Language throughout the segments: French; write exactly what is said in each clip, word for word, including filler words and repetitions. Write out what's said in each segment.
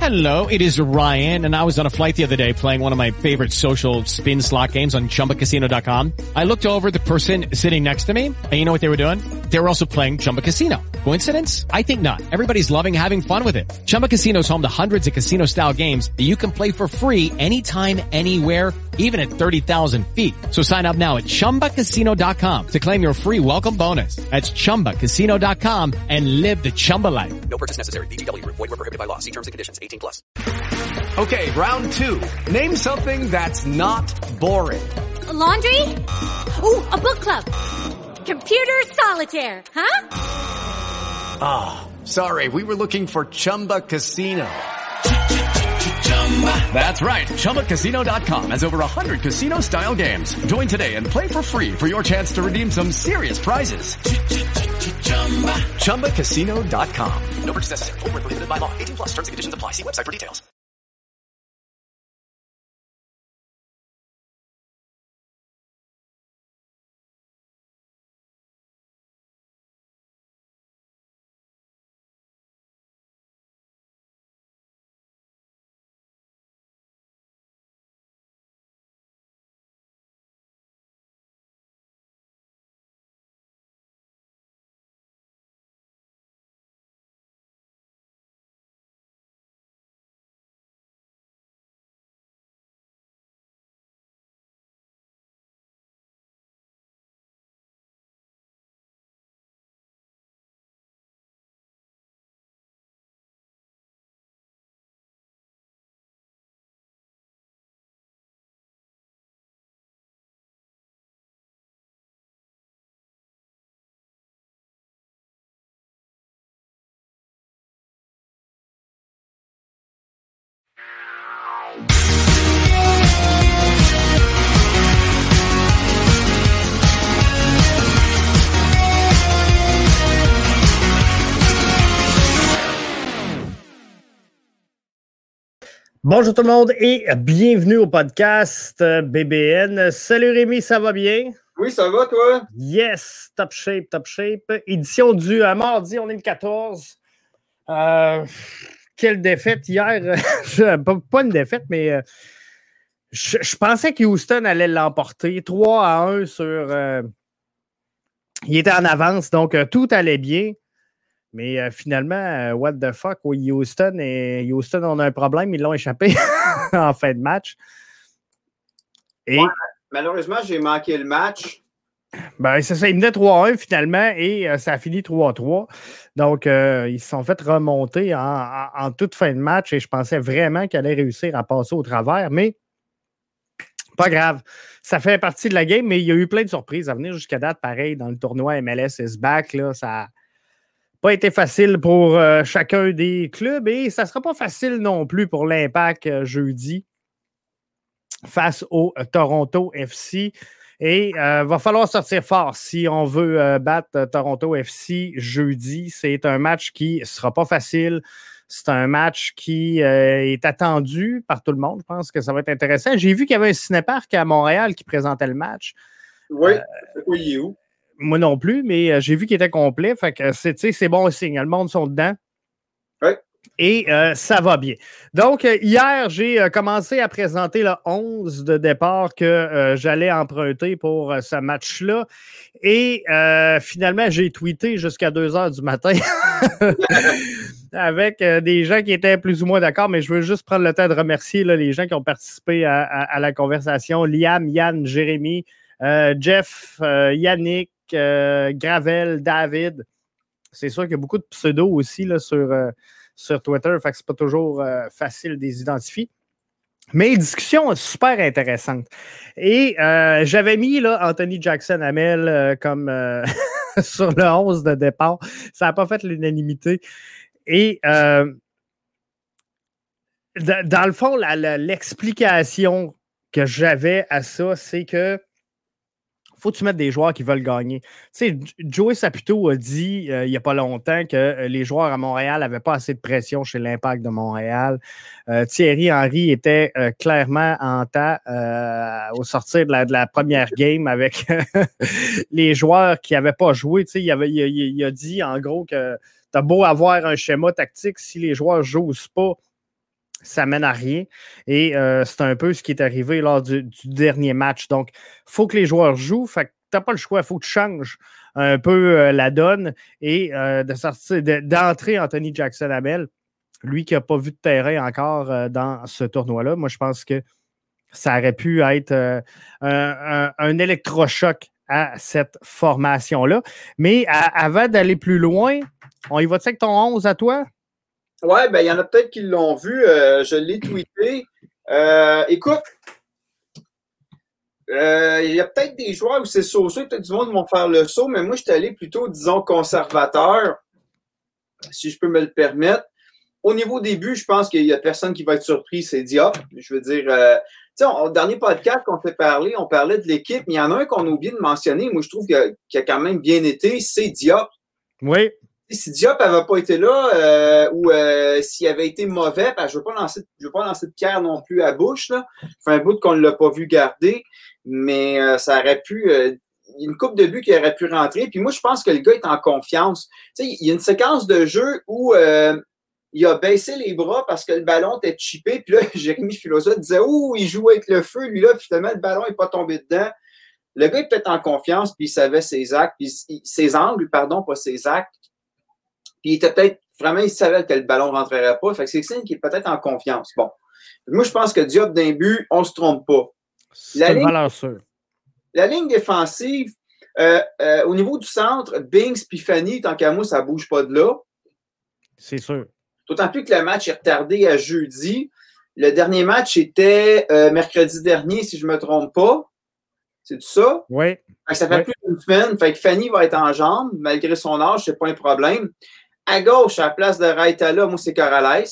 Hello, it is Ryan, and I was on a flight the other day playing one of my favorite social spin slot games on Chumba Casino dot com. I looked over at the person sitting next to me, and you know what they were doing? They were also playing Chumba Casino. Coincidence? I think not. Everybody's loving having fun with it. Chumba Casino is home to hundreds of casino-style games that you can play for free anytime, anywhere, even at thirty thousand feet. So sign up now at Chumba Casino dot com to claim your free welcome bonus. That's Chumba Casino dot com and live the Chumba life. No purchase necessary. V G W. Void where prohibited by law. See terms and conditions. eighteen plus. Okay, round two. Name something that's not boring. A laundry? Ooh, a book club. Computer solitaire, huh? Ah, oh, sorry. We were looking for Chumba Casino. That's right. Chumba Casino dot com has over one hundred casino-style games. Join today and play for free for your chance to redeem some serious prizes. Chumba Casino dot com. No purchase necessary. Void where prohibited by law. eighteen plus. Terms and conditions apply. See website for details. Bonjour tout le monde et bienvenue au podcast B B N. Salut Rémi, ça va bien? Oui, ça va toi? Yes, top shape, top shape. Édition du euh, mardi, on est le quatorze. Euh, quelle défaite hier. pas, pas une défaite, mais euh, je, je pensais que Houston allait l'emporter. trois à un sur... Euh, il était en avance, donc euh, tout allait bien. Mais euh, finalement, euh, what the fuck, oui, Houston, et Houston, on a un problème, ils l'ont échappé en fin de match. Et ouais, malheureusement, j'ai manqué le match. Ben, c'est ça, ils menaient trois à un finalement et euh, ça a fini trois à trois. Donc, euh, ils se sont fait remonter en, en, en toute fin de match et je pensais vraiment qu'ils allaient réussir à passer au travers, mais pas grave. Ça fait partie de la game, mais il y a eu plein de surprises à venir jusqu'à date. Pareil, dans le tournoi M L S is back, là, ça pas été facile pour euh, chacun des clubs et ça ne sera pas facile non plus pour l'Impact euh, jeudi face au euh, Toronto F C. Et il euh, va falloir sortir fort si on veut euh, battre euh, Toronto F C jeudi. C'est un match qui ne sera pas facile. C'est un match qui euh, est attendu par tout le monde. Je pense que ça va être intéressant. J'ai vu qu'il y avait un cinéparc à Montréal qui présentait le match. Oui, euh, oui, il est où? Moi non plus, mais euh, j'ai vu qu'il était complet. Fait que c'est, c'est bon signe. Le monde sont dedans. Oui. Et euh, ça va bien. Donc, euh, hier, j'ai euh, commencé à présenter le onze de départ que euh, j'allais emprunter pour euh, ce match-là. Et euh, finalement, j'ai tweeté jusqu'à deux heures du matin avec euh, des gens qui étaient plus ou moins d'accord, mais je veux juste prendre le temps de remercier là, les gens qui ont participé à, à, à la conversation. Liam, Yann, Jérémy, euh, Jeff, euh, Yannick, Euh, Gravel, David. C'est sûr qu'il y a beaucoup de pseudos aussi là, sur, euh, sur Twitter, fait que c'est pas toujours euh, facile de les identifier. Mais discussion super intéressante. Et euh, j'avais mis là, Anthony Jackson-Hamel euh, comme euh, sur le onze de départ. Ça n'a pas fait l'unanimité. Et euh, d- dans le fond, la, la, l'explication que j'avais à ça, c'est que faut que tu mettes des joueurs qui veulent gagner. Tu sais, Joey Saputo a dit euh, il n'y a pas longtemps que euh, les joueurs à Montréal n'avaient pas assez de pression chez l'Impact de Montréal. Euh, Thierry Henry était euh, clairement en tas euh, au sortir de la, de la première game avec les joueurs qui n'avaient pas joué. Tu sais, il, avait, il, il, il a dit en gros que tu as beau avoir un schéma tactique, si les joueurs ne jouent pas, ça mène à rien. Et euh, c'est un peu ce qui est arrivé lors du, du dernier match. Donc, il faut que les joueurs jouent. Fait que tu n'as pas le choix. Il faut que tu changes un peu euh, la donne et euh, de sortir, de, d'entrer Anthony Jackson-Hamel, lui qui n'a pas vu de terrain encore euh, dans ce tournoi-là. Moi, je pense que ça aurait pu être euh, un, un, un électrochoc à cette formation-là. Mais à, avant d'aller plus loin, on y va-tu avec ton onze à toi? Ouais, ben il y en a peut-être qui l'ont vu. Euh, je l'ai tweeté. Euh, écoute, euh, il y a peut-être des joueurs où c'est sauceux, peut-être du monde qui vont faire le saut, mais moi, je suis allé plutôt, disons, conservateur, si je peux me le permettre. Au niveau des buts, je pense qu'il n'y a personne qui va être surpris, c'est Diop. Je veux dire, euh, tu sais, au dernier podcast qu'on s'est parlé, on parlait de l'équipe, mais il y en a un qu'on a oublié de mentionner. Moi, je trouve qu'il a, qu'il a quand même bien été, c'est Diop. Oui. Si Diop n'avait pas été là, euh, ou euh, s'il avait été mauvais, ben, je ne veux pas lancer, je veux pas lancer de pierre non plus à bouche, là. Ça fait un bout qu'on ne l'a pas vu garder, mais euh, ça aurait pu. Euh, il y a une coupe de buts qui aurait pu rentrer. Puis moi, je pense que le gars est en confiance. Tu sais, il y a une séquence de jeu où euh, il a baissé les bras parce que le ballon était chippé. Puis là, Jérémy Filosa disait ouh, il joue avec le feu, lui là, puis finalement, le ballon n'est pas tombé dedans. Le gars est peut-être en confiance, puis il savait ses actes, puis ses angles, pardon, pas ses actes. Puis il était peut-être, vraiment, il savait que le ballon ne rentrerait pas. Fait que c'est signe qu'il est peut-être en confiance. Bon. Moi, je pense que Diop d'un but, on ne se trompe pas. C'est une valeur sûre. La ligne défensive, euh, euh, au niveau du centre, Binks puis Fanny, tant qu'à moi, ça ne bouge pas de là. C'est sûr. D'autant plus que le match est retardé à jeudi. Le dernier match était euh, mercredi dernier, si je ne me trompe pas. C'est tout ça? Oui. Ça fait oui. plus d'une semaine. Fait que Fanny va être en jambes, malgré son âge, c'est pas un problème. À gauche, à la place de Raitala, moi, c'est Corrales.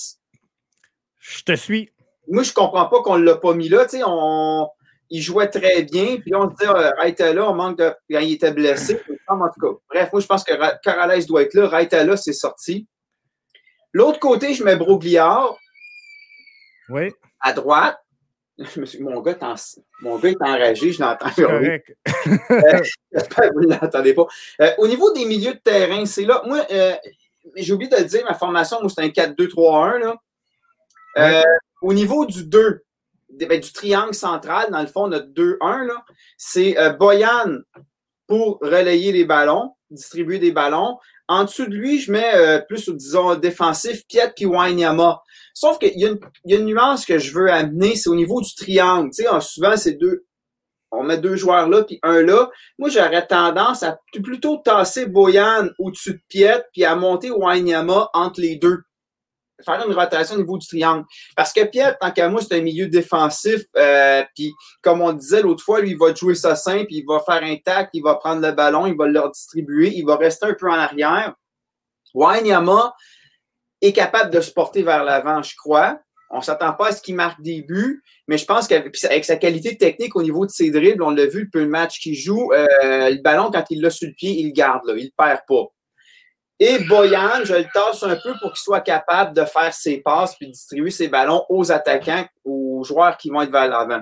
Je te suis. Moi, je comprends pas qu'on ne l'a pas mis là. Tu sais, on... il jouait très bien. Puis là, on se dit, euh, Raitala, on manque de. Quand il était blessé. En tout cas, bref, moi, je pense que Corrales doit être là. Raitala, c'est sorti. L'autre côté, je mets Brogliard. Oui. À droite. Je me suis... Mon gars est, en... Mon gars est enragé, je l'entends. C'est correct. euh, J'espère que vous ne l'entendez pas. Euh, au niveau des milieux de terrain, c'est là. Moi, euh, j'ai oublié de le dire, ma formation, moi, c'est un quatre deux trois un. Là. Euh, ouais. Au niveau du deux, ben, du triangle central, dans le fond, notre deux un, là, c'est euh, Boyan pour relayer les ballons, distribuer des ballons. En dessous de lui, je mets euh, plus, disons, défensif, Piet puis Wanyama. Sauf qu'il y, y a une nuance que je veux amener, c'est au niveau du triangle. Tu sais, souvent, c'est deux. On met deux joueurs là, puis un là. Moi, j'aurais tendance à plutôt tasser Boyan au-dessus de Piet, puis à monter Wanyama entre les deux. Faire une rotation au niveau du triangle. Parce que Piet, tant qu'à moi, c'est un milieu défensif. Euh, puis, comme on disait l'autre fois, lui, il va jouer ça simple, il va faire un tac, il va prendre le ballon, il va le redistribuer, il va rester un peu en arrière. Wanyama est capable de se porter vers l'avant, je crois. On ne s'attend pas à ce qu'il marque des buts, mais je pense qu'avec sa qualité technique au niveau de ses dribbles, on l'a vu, le peu de match qu'il joue, euh, le ballon, quand il l'a sur le pied, il le garde, là, il ne le perd pas. Et Boyan, je le tasse un peu pour qu'il soit capable de faire ses passes puis de distribuer ses ballons aux attaquants, aux joueurs qui vont être vers l'avant.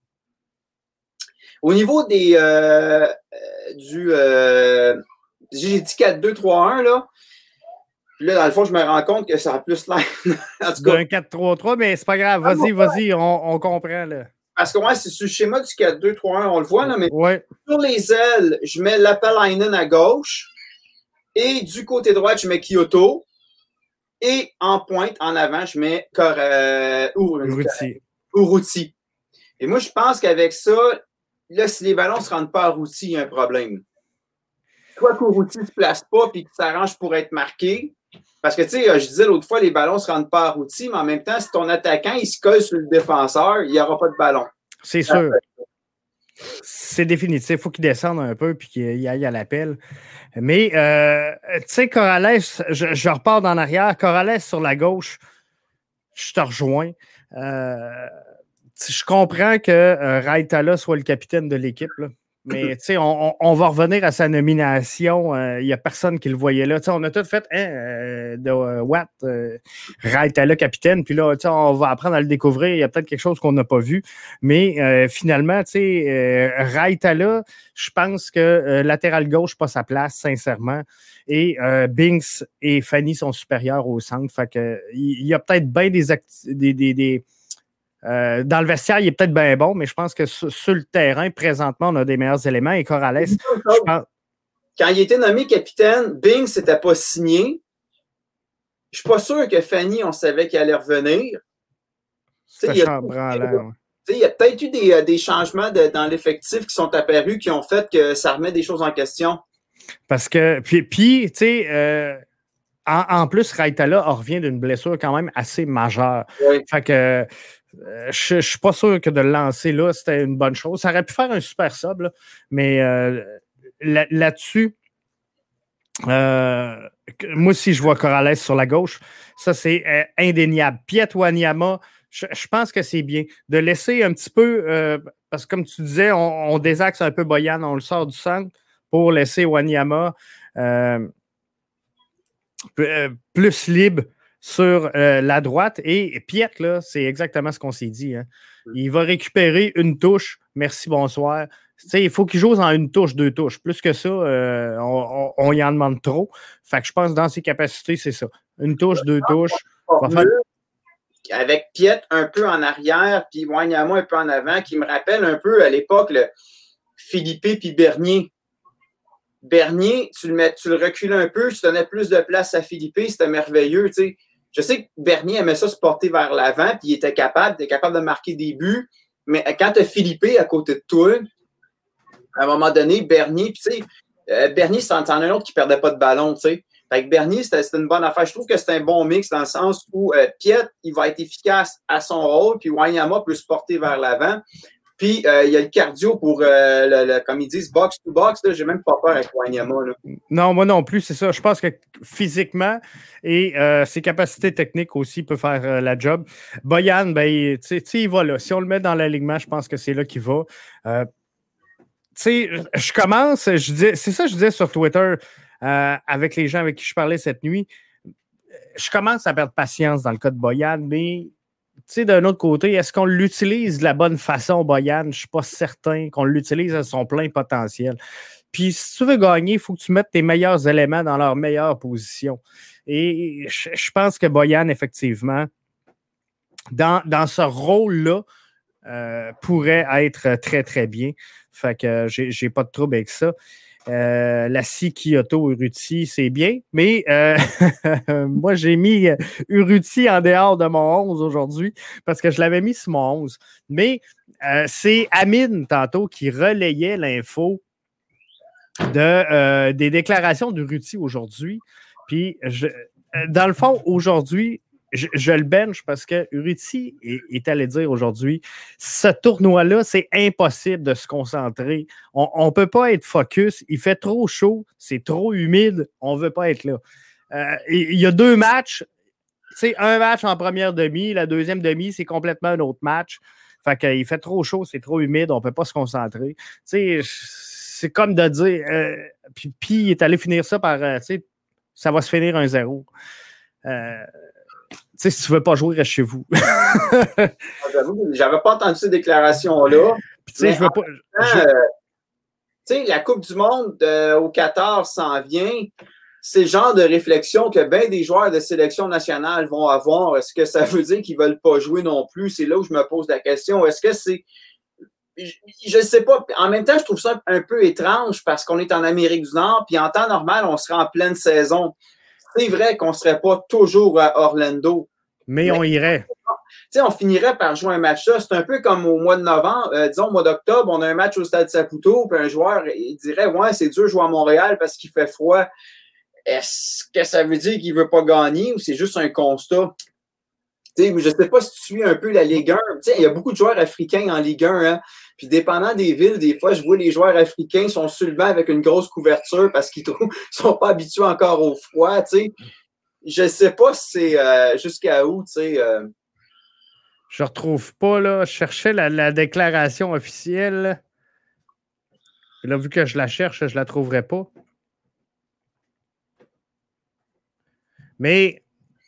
Au niveau des euh, du euh, j'ai dit quatre deux trois un, là. Puis là, dans le fond, je me rends compte que ça a plus l'air. En tout cas. Un quatre trois trois, mais c'est pas grave. Vas-y, vas-y, on, on comprend, là. Parce que ouais, c'est sur le schéma du quatre deux trois un, on le voit, là, mais ouais. Sur les ailes, je mets Lapalainen à gauche. Et du côté droit, je mets Kyoto. Et en pointe, en avant, je mets Cor- euh, Urruti. Urruti. Et moi, je pense qu'avec ça, là, si les ballons ne se rendent pas à Urruti, il y a un problème. Soit qu'Urruti ne se place pas et qu'il s'arrange pour être marqué. Parce que, tu sais, je disais l'autre fois, les ballons ne se rendent pas à Urruti, mais en même temps, si ton attaquant, il se colle sur le défenseur, il n'y aura pas de ballon. C'est sûr. C'est définitif. Il faut qu'il descende un peu et qu'il aille à l'appel. Mais, euh, tu sais, Corrales, je, je repars en arrière. Corrales sur la gauche, je te rejoins. Euh, je comprends que euh, Raitala soit le capitaine de l'équipe, là, Mais tu sais, on, on, on va revenir à sa nomination. Il euh, n'y a personne qui le voyait là. T'sais, on a tout fait hein, euh, de euh, Watt, euh, Raitala capitaine. Puis là, on va apprendre à le découvrir. Il y a peut-être quelque chose qu'on n'a pas vu. Mais euh, finalement, tu sais, euh, Raitala, je pense que euh, latéral gauche, pas sa place, sincèrement. Et euh, Binks et Fanny sont supérieurs au centre. Fait que il y a peut-être bien des, acti- des, des, des Euh, dans le vestiaire, il est peut-être bien bon, mais je pense que sur, sur le terrain, présentement, on a des meilleurs éléments. Et Corrales, je pense... Quand il était nommé capitaine, Bing s'était pas signé. Je suis pas sûr que Fanny, on savait qu'elle allait revenir. C'était chambranlant. Il y a peut-être eu des, des changements de, dans l'effectif qui sont apparus qui ont fait que ça remet des choses en question. Parce que, puis, puis tu sais, euh, en, en plus, Raitala revient d'une blessure quand même assez majeure. Oui. Fait que euh, je ne suis pas sûr que de le lancer là, c'était une bonne chose. Ça aurait pu faire un super sub, là, mais euh, là, là-dessus, euh, moi aussi, je vois Corrales sur la gauche. Ça, c'est euh, indéniable. Piet Wanyama, je, je pense que c'est bien de laisser un petit peu, euh, parce que comme tu disais, on, on désaxe un peu Boyan, on le sort du centre pour laisser Wanyama euh, plus libre sur euh, la droite. Et Piet, là, c'est exactement ce qu'on s'est dit. Hein. Il va récupérer une touche. Merci, bonsoir. T'sais, il faut qu'il joue en une touche, deux touches. Plus que ça, euh, on, on, on y en demande trop. Fait que je pense que dans ses capacités, c'est ça. Une touche, deux touches. Faire... Avec Piet un peu en arrière, puis Wanyama un peu en avant, qui me rappelle un peu à l'époque le Philippe puis Bernier. Bernier, tu le, mets, tu le reculais un peu, tu donnais plus de place à Philippe, c'était merveilleux. T'sais. Je sais que Bernier aimait ça se porter vers l'avant, puis il était capable, il était capable de marquer des buts. Mais quand tu as Philippe à côté de toi, à un moment donné, Bernier, puis tu sais, euh, Bernier, c'en est un autre qui ne perdait pas de ballon, tu sais. Fait que Bernier, c'était, c'était une bonne affaire. Je trouve que c'est un bon mix dans le sens où euh, Piet, il va être efficace à son rôle, puis Wanyama peut se porter vers l'avant. Puis, euh, il y a le cardio pour, euh, le, le, comme ils disent, box-to-box. J'ai même pas peur avec Wanyama. Là. Non, moi non plus, c'est ça. Je pense que physiquement et euh, ses capacités techniques aussi peuvent faire euh, la job. Boyan, ben, tu sais, il va là. Si on le met dans l'alignement, je pense que c'est là qu'il va. Euh, tu sais, je commence, je dis, c'est ça que je disais sur Twitter euh, avec les gens avec qui je parlais cette nuit. Je commence à perdre patience dans le cas de Boyan, mais tu sais, d'un autre côté, est-ce qu'on l'utilise de la bonne façon, Boyan? Je ne suis pas certain qu'on l'utilise à son plein potentiel. Puis, si tu veux gagner, il faut que tu mettes tes meilleurs éléments dans leur meilleure position. Et je, je pense que Boyan, effectivement, dans, dans ce rôle-là, euh, pourrait être très, très bien. Fait que j'ai, j'ai pas de trouble avec ça. Euh, la scie Kyoto Urruti, c'est bien, mais euh, moi, j'ai mis Urruti en dehors de mon onze aujourd'hui parce que je l'avais mis sur mon onze. Mais euh, c'est Amine, tantôt, qui relayait l'info de, euh, des déclarations d'Urruti aujourd'hui. Puis, je, dans le fond, aujourd'hui, Je, je le bench parce que Urruti est, est allé dire aujourd'hui, ce tournoi-là, c'est impossible de se concentrer. On ne peut pas être focus. Il fait trop chaud, c'est trop humide. On ne veut pas être là. Euh, il y a deux matchs. C'est un match en première demi. La deuxième demi, c'est complètement un autre match. Fait qu'il fait trop chaud, c'est trop humide. On ne peut pas se concentrer. T'sais, c'est comme de dire... Euh, puis, puis il est allé finir ça par... Euh, ça va se finir un zéro. Euh, Tu sais, si tu ne veux pas jouer, reste chez vous. J'avoue, j'avais pas entendu ces déclarations-là. Puis, tu sais, je veux pas. Je... Euh, tu sais, la Coupe du Monde euh, au Qatar s'en vient. C'est le genre de réflexion que bien des joueurs de sélection nationale vont avoir. Est-ce que ça veut dire qu'ils ne veulent pas jouer non plus? C'est là où je me pose la question. Est-ce que c'est. Je ne sais pas. En même temps, je trouve ça un peu étrange parce qu'on est en Amérique du Nord, puis en temps normal, on serait en pleine saison. C'est vrai qu'on ne serait pas toujours à Orlando. Mais, mais on irait. Tu sais, on finirait par jouer un match là. C'est un peu comme au mois de novembre, euh, disons au mois d'octobre, on a un match au Stade Saputo, puis un joueur, il dirait « Ouais, c'est dur de jouer à Montréal parce qu'il fait froid. » Est-ce que ça veut dire qu'il ne veut pas gagner ou c'est juste un constat? Tu sais, je ne sais pas si tu suis un peu la Ligue un. Tu sais, il y a beaucoup de joueurs africains en Ligue un, hein. Puis dépendant des villes, des fois, je vois les joueurs africains sont sur le banc avec une grosse couverture parce qu'ils ne sont pas habitués encore au froid, tu sais. Je ne sais pas si c'est euh, jusqu'à où, tu sais. Euh... Je ne retrouve pas, là. Je cherchais la, la déclaration officielle. Puis là, vu que je la cherche, je la trouverai pas. Mais,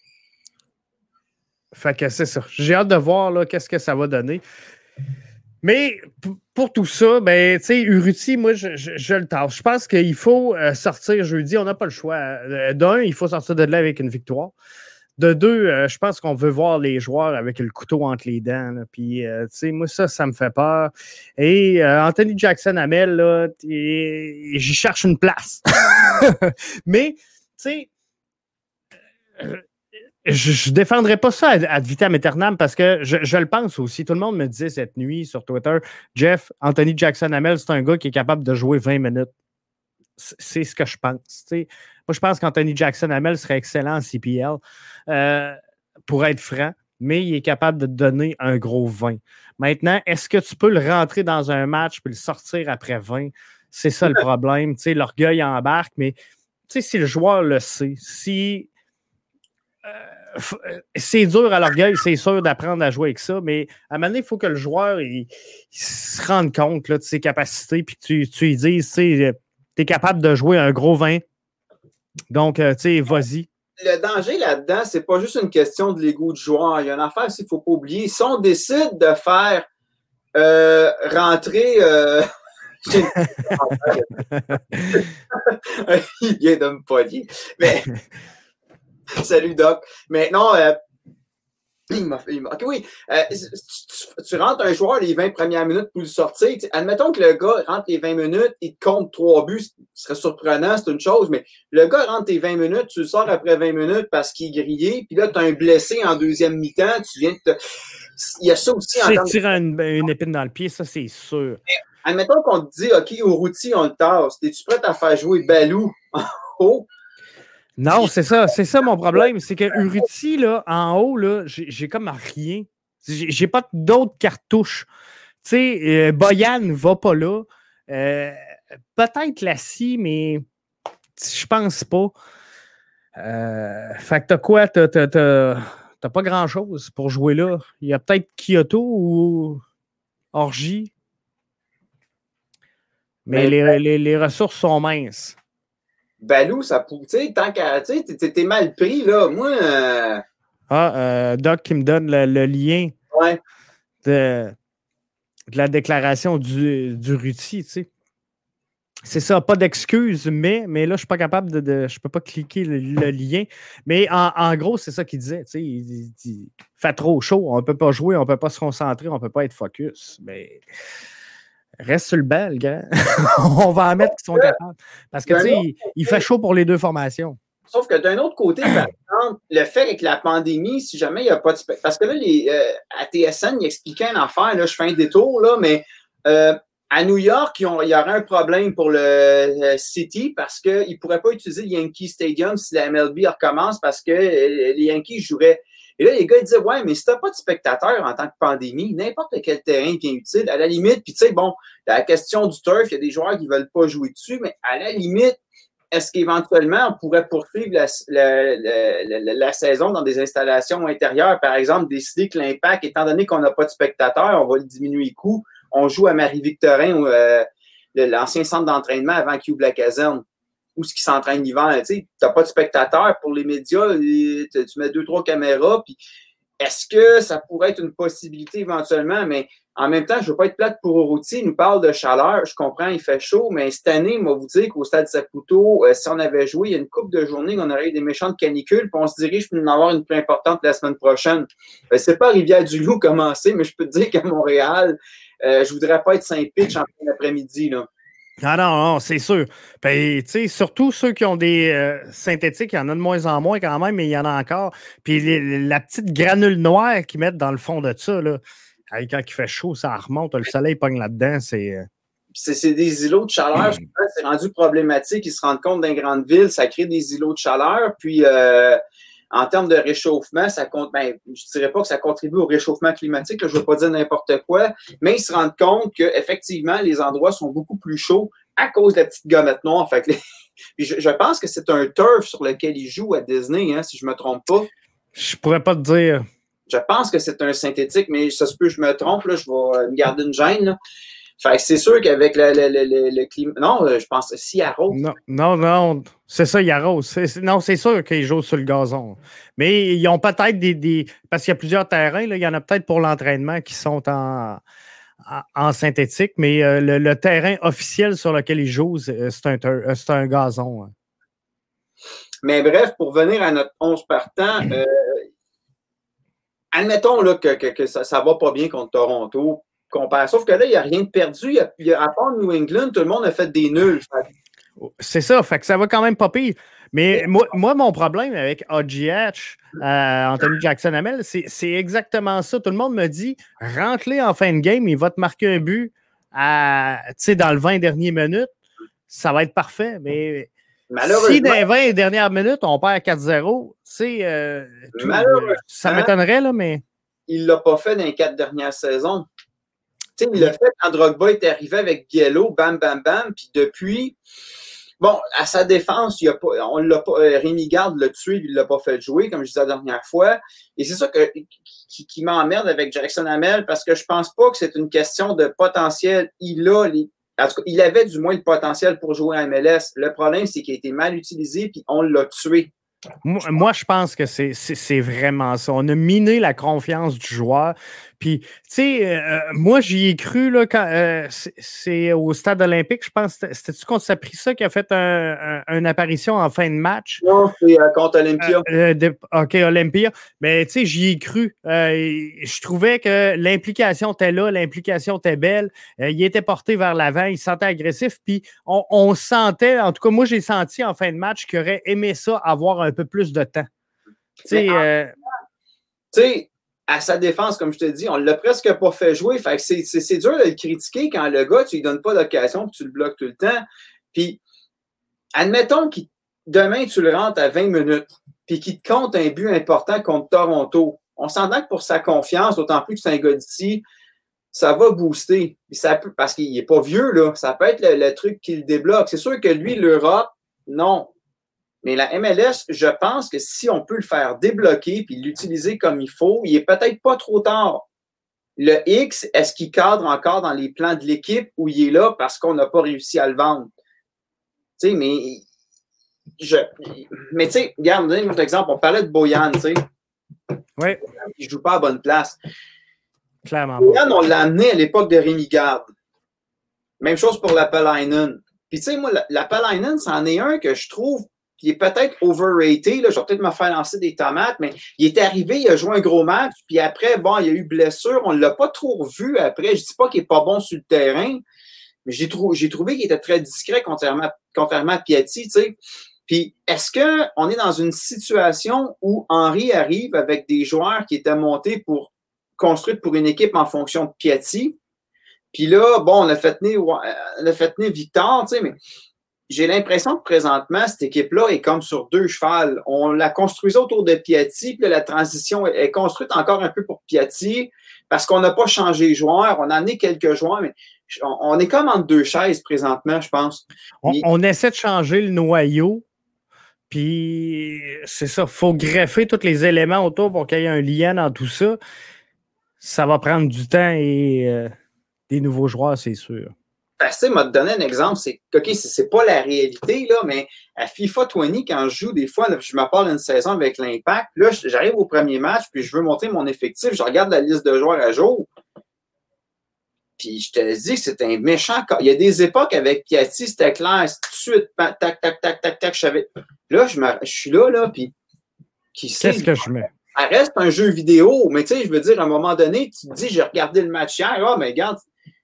fait que c'est ça. J'ai hâte de voir là, qu'est-ce que ça va donner. Mais p- pour tout ça, ben, tu sais, Urruti, moi, je, je, je le tâche. Je pense qu'il faut euh, sortir jeudi. On n'a pas le choix. Euh, D'un, il faut sortir de là avec une victoire. De deux, euh, je pense qu'on veut voir les joueurs avec le couteau entre les dents. Là. Puis, euh, tu sais, moi, ça, ça me fait peur. Et euh, Anthony Jackson-Hamel, là, et, et j'y cherche une place. Mais, tu sais, euh, je ne défendrai pas ça ad, ad vitam aeternam parce que je, je le pense aussi. Tout le monde me disait cette nuit sur Twitter, Jeff, Anthony Jackson-Hamel, c'est un gars qui est capable de jouer vingt minutes. C'est, c'est ce que je pense. T'sais. Moi, je pense qu'Anthony Jackson-Hamel serait excellent en C P L, euh, pour être franc, mais il est capable de te donner un gros vingt. Maintenant, est-ce que tu peux le rentrer dans un match puis le sortir après vingt? C'est ça le problème. T'sais, l'orgueil embarque, mais si le joueur le sait, si... Euh, f- c'est dur à l'orgueil, c'est sûr d'apprendre à jouer avec ça, mais à un moment donné, il faut que le joueur il, il se rende compte là, de ses capacités puis que tu, tu lui dises, tu es capable de jouer un gros vingt. Donc, euh, tu sais, vas-y. Le danger là-dedans, c'est pas juste une question de l'ego du joueur. Il y a une affaire qu'il ne faut pas oublier. Si on décide de faire euh, rentrer... Euh... il vient de me pogner. Mais... Salut, Doc. Mais non, euh, il m'a fait. OK, oui. Euh, tu, tu, tu rentres un joueur les vingt premières minutes pour le sortir. T'sais, admettons que le gars rentre les vingt minutes, il te compte trois buts. Ce serait surprenant, c'est une chose, mais le gars rentre tes vingt minutes, tu le sors après vingt minutes parce qu'il est grillé, puis là, tu as un blessé en deuxième mi-temps, tu viens de te... Il y a ça aussi. C'est tirer une, une épine dans le pied, ça, c'est sûr. Mais, admettons qu'on te dit, OK, Urruti, on le tasse. Es-tu prêt à faire jouer Balou en haut? Non, c'est ça, c'est ça mon problème. C'est que Urruti, là, en haut, là, j'ai, j'ai comme rien. J'ai, j'ai pas d'autres cartouches. Tu sais, euh, Boyan ne va pas là. Euh, peut-être Lassie, mais je pense pas. Euh, fait que t'as quoi? T'as, t'as, t'as, t'as pas grand-chose pour jouer là. Il y a peut-être Kyoto ou Orgy. Mais, mais les, les, les ressources sont minces. Balou, ça peut, tu sais, tant qu'à, tu sais, t'es, t'es mal pris, là. Moi. Euh... Ah, euh, Doc qui me donne le, le lien ouais. de, de la déclaration du, du Ruti, tu sais. C'est ça, pas d'excuse, mais, mais là, je ne suis pas capable de, de. Je peux pas cliquer le, le lien. Mais en, en gros, c'est ça qu'il disait, tu sais. Il, il, il fait trop chaud, on ne peut pas jouer, on ne peut pas se concentrer, on ne peut pas être focus. Mais. Reste sur le banc, le gars. On va en mettre qui sont capables. Parce que, tu sais, il, il fait chaud pour les deux formations. Sauf que d'un autre côté, par exemple, le fait avec la pandémie, si jamais il n'y a pas de spectacle. Parce que là, les, euh, à T S N, il expliquait une affaire, là, je fais un détour, là, mais euh, à New York, il y aurait un problème pour le, le City parce qu'ils ne pourraient pas utiliser le Yankee Stadium si la M L B recommence parce que euh, les Yankees joueraient. Et là, les gars, ils disaient, ouais, mais si t'as pas de spectateurs en tant que pandémie, n'importe quel terrain devient utile. À la limite, puis tu sais, bon, la question du turf, il y a des joueurs qui veulent pas jouer dessus, mais à la limite, est-ce qu'éventuellement, on pourrait poursuivre la, la, la, la, la saison dans des installations intérieures? Par exemple, décider que l'impact, étant donné qu'on n'a pas de spectateurs, on va le diminuer le coût. On joue à Marie-Victorin, euh, l'ancien centre d'entraînement avant qu'il ouvre la caserne. Où ce qui s'entraîne l'hiver, tu sais, t'as pas de spectateurs pour les médias, tu mets deux, trois caméras, puis est-ce que ça pourrait être une possibilité éventuellement, mais en même temps, je veux pas être plate pour Urruti, il nous parle de chaleur, je comprends, il fait chaud, mais cette année, moi, vous dire qu'au Stade Saputo, euh, si on avait joué, il y a une couple de journées qu'on aurait eu des méchantes canicules, puis on se dirige pour en avoir une plus importante la semaine prochaine. Euh, c'est pas Rivière-du-Loup commencer, mais je peux te dire qu'à Montréal, euh, je voudrais pas être Saint-Pitch en fin d'après-midi, là. Ah non, non, c'est sûr. Puis, tu sais, surtout ceux qui ont des euh, synthétiques, il y en a de moins en moins quand même, mais il y en a encore. Puis les, la petite granule noire qu'ils mettent dans le fond de ça, là, quand il fait chaud, ça remonte, le soleil pogne là-dedans, c'est... Euh... C'est, c'est des îlots de chaleur. Mmh. C'est rendu problématique. Ils se rendent compte d'une grande ville, ça crée des îlots de chaleur. Puis, euh, en termes de réchauffement, ça compte. Ben, je dirais pas que ça contribue au réchauffement climatique. Là, je ne veux pas dire n'importe quoi, mais ils se rendent compte qu'effectivement, les endroits sont beaucoup plus chauds à cause de la petite gommette noire. Fait que les... Puis je, je pense que c'est un turf sur lequel ils jouent à Disney, hein, si je me trompe pas. Je pourrais pas te dire. Je pense que c'est un synthétique, mais ça se peut que je me trompe. Là, je vais me garder une gêne. Là. Fait que c'est sûr qu'avec le, le, le, le, le climat. Non, je pense si Arrow. Non, non, non. C'est ça, il arrose. C'est, c'est, non, c'est sûr qu'ils jouent sur le gazon. Mais ils ont peut-être des. des parce qu'il y a plusieurs terrains, là, il y en a peut-être pour l'entraînement qui sont en, en, en synthétique, mais euh, le, le terrain officiel sur lequel ils jouent, c'est, c'est, un, c'est un gazon. Hein. Mais bref, pour venir à notre onze partant, euh, admettons là, que, que, que ça ne va pas bien contre Toronto. Compare. Sauf que là, il n'y a rien de perdu. Il y a, il y a, à part New England, tout le monde a fait des nuls. C'est ça, fait que ça va quand même pas pire. Mais moi, moi mon problème avec O G H, euh, Anthony Jackson-Hamel, c'est, c'est exactement ça. Tout le monde me dit, rentre-les en fin de game, il va te marquer un but à, dans le vingt dernières minutes. Ça va être parfait. Mais si dans les vingt dernières minutes, on perd quatre zéro, euh, tout, ça m'étonnerait, là, mais... Il ne l'a pas fait dans les quatre dernières saisons. T'sais, il l'a fait quand Drogba est arrivé avec Biello, bam, bam, bam, puis depuis, bon, à sa défense, il a pas, on l'a pas, Rémi Garde l'a tué, il l'a pas fait jouer, comme je disais la dernière fois, et c'est ça que, qui, qui m'emmerde avec Jackson-Hamel, parce que je pense pas que c'est une question de potentiel. Il a les, en tout cas, il avait du moins le potentiel pour jouer à M L S. Le problème, c'est qu'il a été mal utilisé, puis on l'a tué. Moi, moi, je pense que c'est, c'est, c'est vraiment ça. On a miné la confiance du joueur. Puis, tu sais, euh, moi, j'y ai cru, là, quand euh, c'est, c'est au stade olympique, je pense. C'était-tu contre Saprissa qui a fait un, un, une apparition en fin de match? Non, c'est euh, contre Olympia. Euh, de, OK, Olympia. Mais, tu sais, j'y ai cru. Euh, je trouvais que l'implication était là, l'implication était belle. Euh, il était porté vers l'avant, il se sentait agressif. Puis, on, on sentait, en tout cas, moi, j'ai senti en fin de match qu'il aurait aimé ça, avoir un peu plus de temps. Tu sais, euh... à sa défense, comme je te dis, on ne l'a presque pas fait jouer. Fait que c'est, c'est, c'est dur de le critiquer quand le gars, tu lui donnes pas d'occasion et tu le bloques tout le temps. Puis, admettons que demain, tu le rentres à vingt minutes puis qu'il te compte un but important contre Toronto. On s'entend que pour sa confiance, d'autant plus que c'est un gars d'ici, ça va booster. Ça peut, parce qu'il n'est pas vieux, là. Ça peut être le, le truc qui le débloque. C'est sûr que lui, l'Europe, non. Mais la M L S, je pense que si on peut le faire débloquer puis l'utiliser comme il faut, il est peut-être pas trop tard. Le X, est-ce qu'il cadre encore dans les plans de l'équipe ou il est là parce qu'on n'a pas réussi à le vendre? Tu sais, mais je, mais tu sais, regarde, donne un autre exemple. On parlait de Boyan, tu sais. Oui. Il ne joue pas à la bonne place. Clairement. Boyan, on l'a amené à l'époque de Rémi Garde. Même chose pour Lapalainen. Puis tu sais, moi, Lapalainen, c'en est un que je trouve qui est peut-être overrated. Là, je vais peut-être me faire lancer des tomates, mais il est arrivé, il a joué un gros match, puis après, bon, il y a eu blessure. On ne l'a pas trop revu après. Je ne dis pas qu'il n'est pas bon sur le terrain, mais j'ai, trou- j'ai trouvé qu'il était très discret contrairement, contrairement à Piatti, tu sais. Puis, est-ce qu'on est dans une situation où Henry arrive avec des joueurs qui étaient montés pour construire pour une équipe en fonction de Piatti? Puis là, bon, on a fait tenir, on a fait tenir Victor, tu sais, mais j'ai l'impression que présentement, cette équipe-là est comme sur deux chevals. On la construisait autour de Piatti, puis là, la transition est construite encore un peu pour Piatti parce qu'on n'a pas changé les joueurs. On a amené quelques joueurs, mais on est comme entre deux chaises présentement, je pense. On, puis, on essaie de changer le noyau, puis c'est ça, il faut greffer tous les éléments autour pour qu'il y ait un lien dans tout ça. Ça va prendre du temps et euh, des nouveaux joueurs, c'est sûr. Parce que, m'a donné un exemple, c'est OK, c'est, c'est pas la réalité, là, mais à FIFA vingt, quand je joue, des fois, là, je me parle d'une saison avec l'Impact, là, j'arrive au premier match, puis je veux monter mon effectif, je regarde la liste de joueurs à jour, puis je te dis que c'est un méchant cas. Il y a des époques avec Piatti, c'était clair, c'est tout de suite, tac, tac, tac, tac, tac, je savais. Là, je, me, je suis là, là, puis qui sait? Qu'est-ce que je mets? Ça reste un jeu vidéo, mais tu sais, je veux dire, à un moment donné, tu te dis, j'ai regardé le match hier, ah, oh, mais regarde,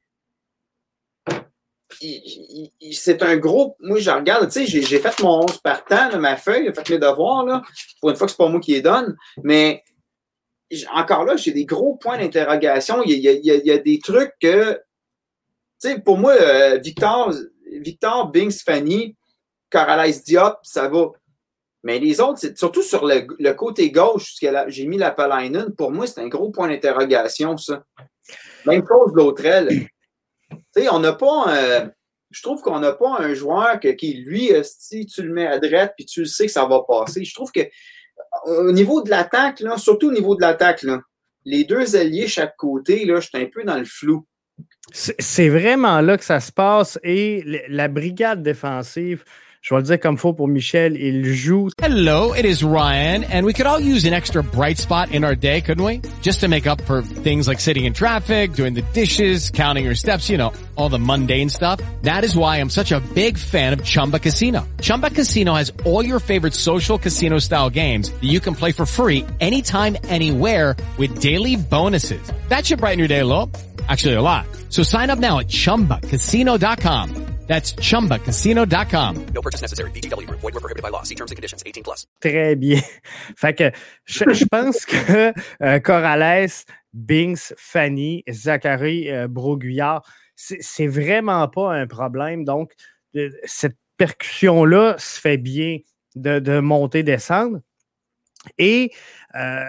Il, il, c'est un gros. Moi, je regarde, tu sais, j'ai, j'ai fait mon onze partant, ma feuille, j'ai fait mes devoirs, là. Pour une fois que c'est pas moi qui les donne. Mais encore là, j'ai des gros points d'interrogation. Il y a, il y a, il y a des trucs que. Tu sais, pour moi, euh, Victor, Victor, Binks, Fanny, Corrales Diop, ça va. Mais les autres, c'est surtout sur le, le côté gauche, j'ai mis la Palainen, pour moi, c'est un gros point d'interrogation, ça. Même chose de l'autre aile. Tu sais, on n'a pas euh, je trouve qu'on n'a pas un joueur que, qui, lui, si tu le mets à droite puis tu le sais que ça va passer. Je trouve que au niveau de l'attaque, là, surtout au niveau de l'attaque, là, les deux alliés chaque côté, là, je suis un peu dans le flou. C'est, c'est vraiment là que ça se passe et la brigade défensive, je vais le dire comme il faut pour Michel, il joue. Hello, it is Ryan, and we could all use an extra bright spot in our day, couldn't we? Just to make up for things like sitting in traffic, doing the dishes, counting your steps, you know, all the mundane stuff. That is why I'm such a big fan of Chumba Casino. Chumba Casino has all your favorite social casino-style games that you can play for free anytime, anywhere with daily bonuses. That should brighten your day a little. Actually, a lot. So sign up now at chumba casino dot com. That's chumba casino dot com. No purchase necessary. V G W Group. Void where prohibited by law. See terms and conditions. eighteen plus. Très bien. Fait que je, je pense que euh, Corrales, Binks, Fanny, Zachary euh, Broguillard, c'est, c'est vraiment pas un problème. Donc, euh, cette percussion-là se fait bien de, de monter, descendre. Et euh,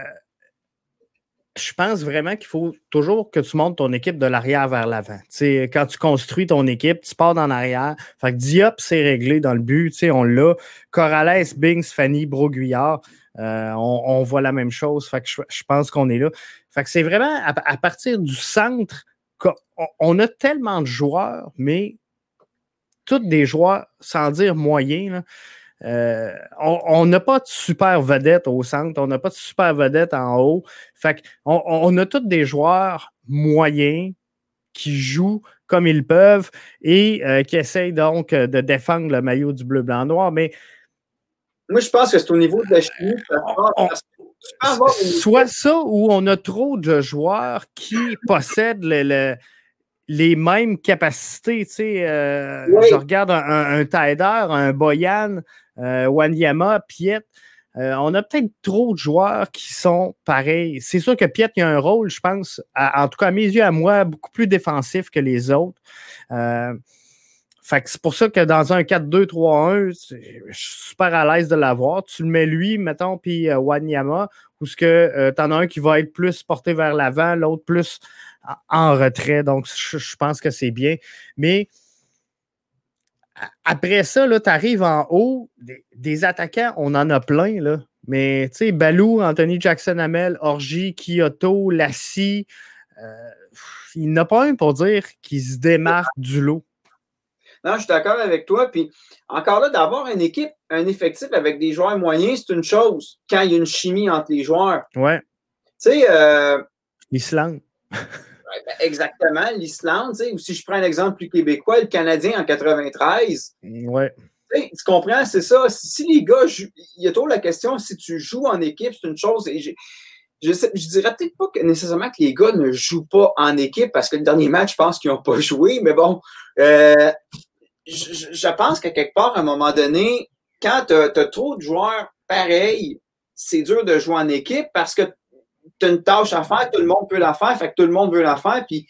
je pense vraiment qu'il faut toujours que tu montes ton équipe de l'arrière vers l'avant. T'sais, quand tu construis ton équipe, tu pars en arrière. Fait que Diop, c'est réglé dans le but. On l'a. Corrales, Binks, Fanny, Broguillard, euh, on, on voit la même chose. Fait que je, je pense qu'on est là. Fait que c'est vraiment à, à partir du centre qu'on on a tellement de joueurs, mais tous des joueurs, sans dire moyens, là. Euh, on n'a pas de super vedette au centre, on n'a pas de super vedette en haut. Fait qu'on on a tous des joueurs moyens qui jouent comme ils peuvent et euh, qui essayent donc de défendre le maillot du bleu-blanc-noir. Mais moi, je pense que c'est au niveau de la chimie. On, on, soit ça ou on a trop de joueurs qui possèdent le, le les mêmes capacités, tu sais, euh, oui. Je regarde un, un, un Taider, un Boyan, euh, Wanyama, Piet, euh, on a peut-être trop de joueurs qui sont pareils. C'est sûr que Piet, il a un rôle, je pense, à, en tout cas à mes yeux, à moi, beaucoup plus défensif que les autres. Euh, fait que c'est pour ça que dans un quatre deux trois un, je suis super à l'aise de l'avoir. Tu le mets lui, mettons, puis euh, Wanyama, ou ce que euh, tu en as un qui va être plus porté vers l'avant, l'autre plus en retrait. Donc, je, je pense que c'est bien. Mais après ça, tu arrives en haut, des, des attaquants, on en a plein, là. Mais, tu sais, Balou, Anthony Jackson-Hamel, Orji, Kyoto, Lassie, euh, il n'y en a pas un pour dire qu'il se démarque du lot. Non, je suis d'accord avec toi. Puis, encore là, d'avoir une équipe, un effectif avec des joueurs moyens, c'est une chose. Quand il y a une chimie entre les joueurs. Ouais. Tu sais, euh, l'Islande. Exactement, l'Islande, tu sais, ou si je prends un exemple plus québécois, le Canadien en quatre-vingt-treize. Ouais. Tu sais, tu comprends, c'est ça. Si, si les gars, jouent, il y a toujours la question, si tu joues en équipe, c'est une chose. Et je, je, sais, je dirais peut-être pas que nécessairement que les gars ne jouent pas en équipe, parce que le dernier match, je pense qu'ils n'ont pas joué, mais bon, euh, je, je pense qu'à quelque part, à un moment donné, quand tu as trop de joueurs pareils, c'est dur de jouer en équipe parce que tu as une tâche à faire, tout le monde peut la faire, fait que tout le monde veut la faire. Puis,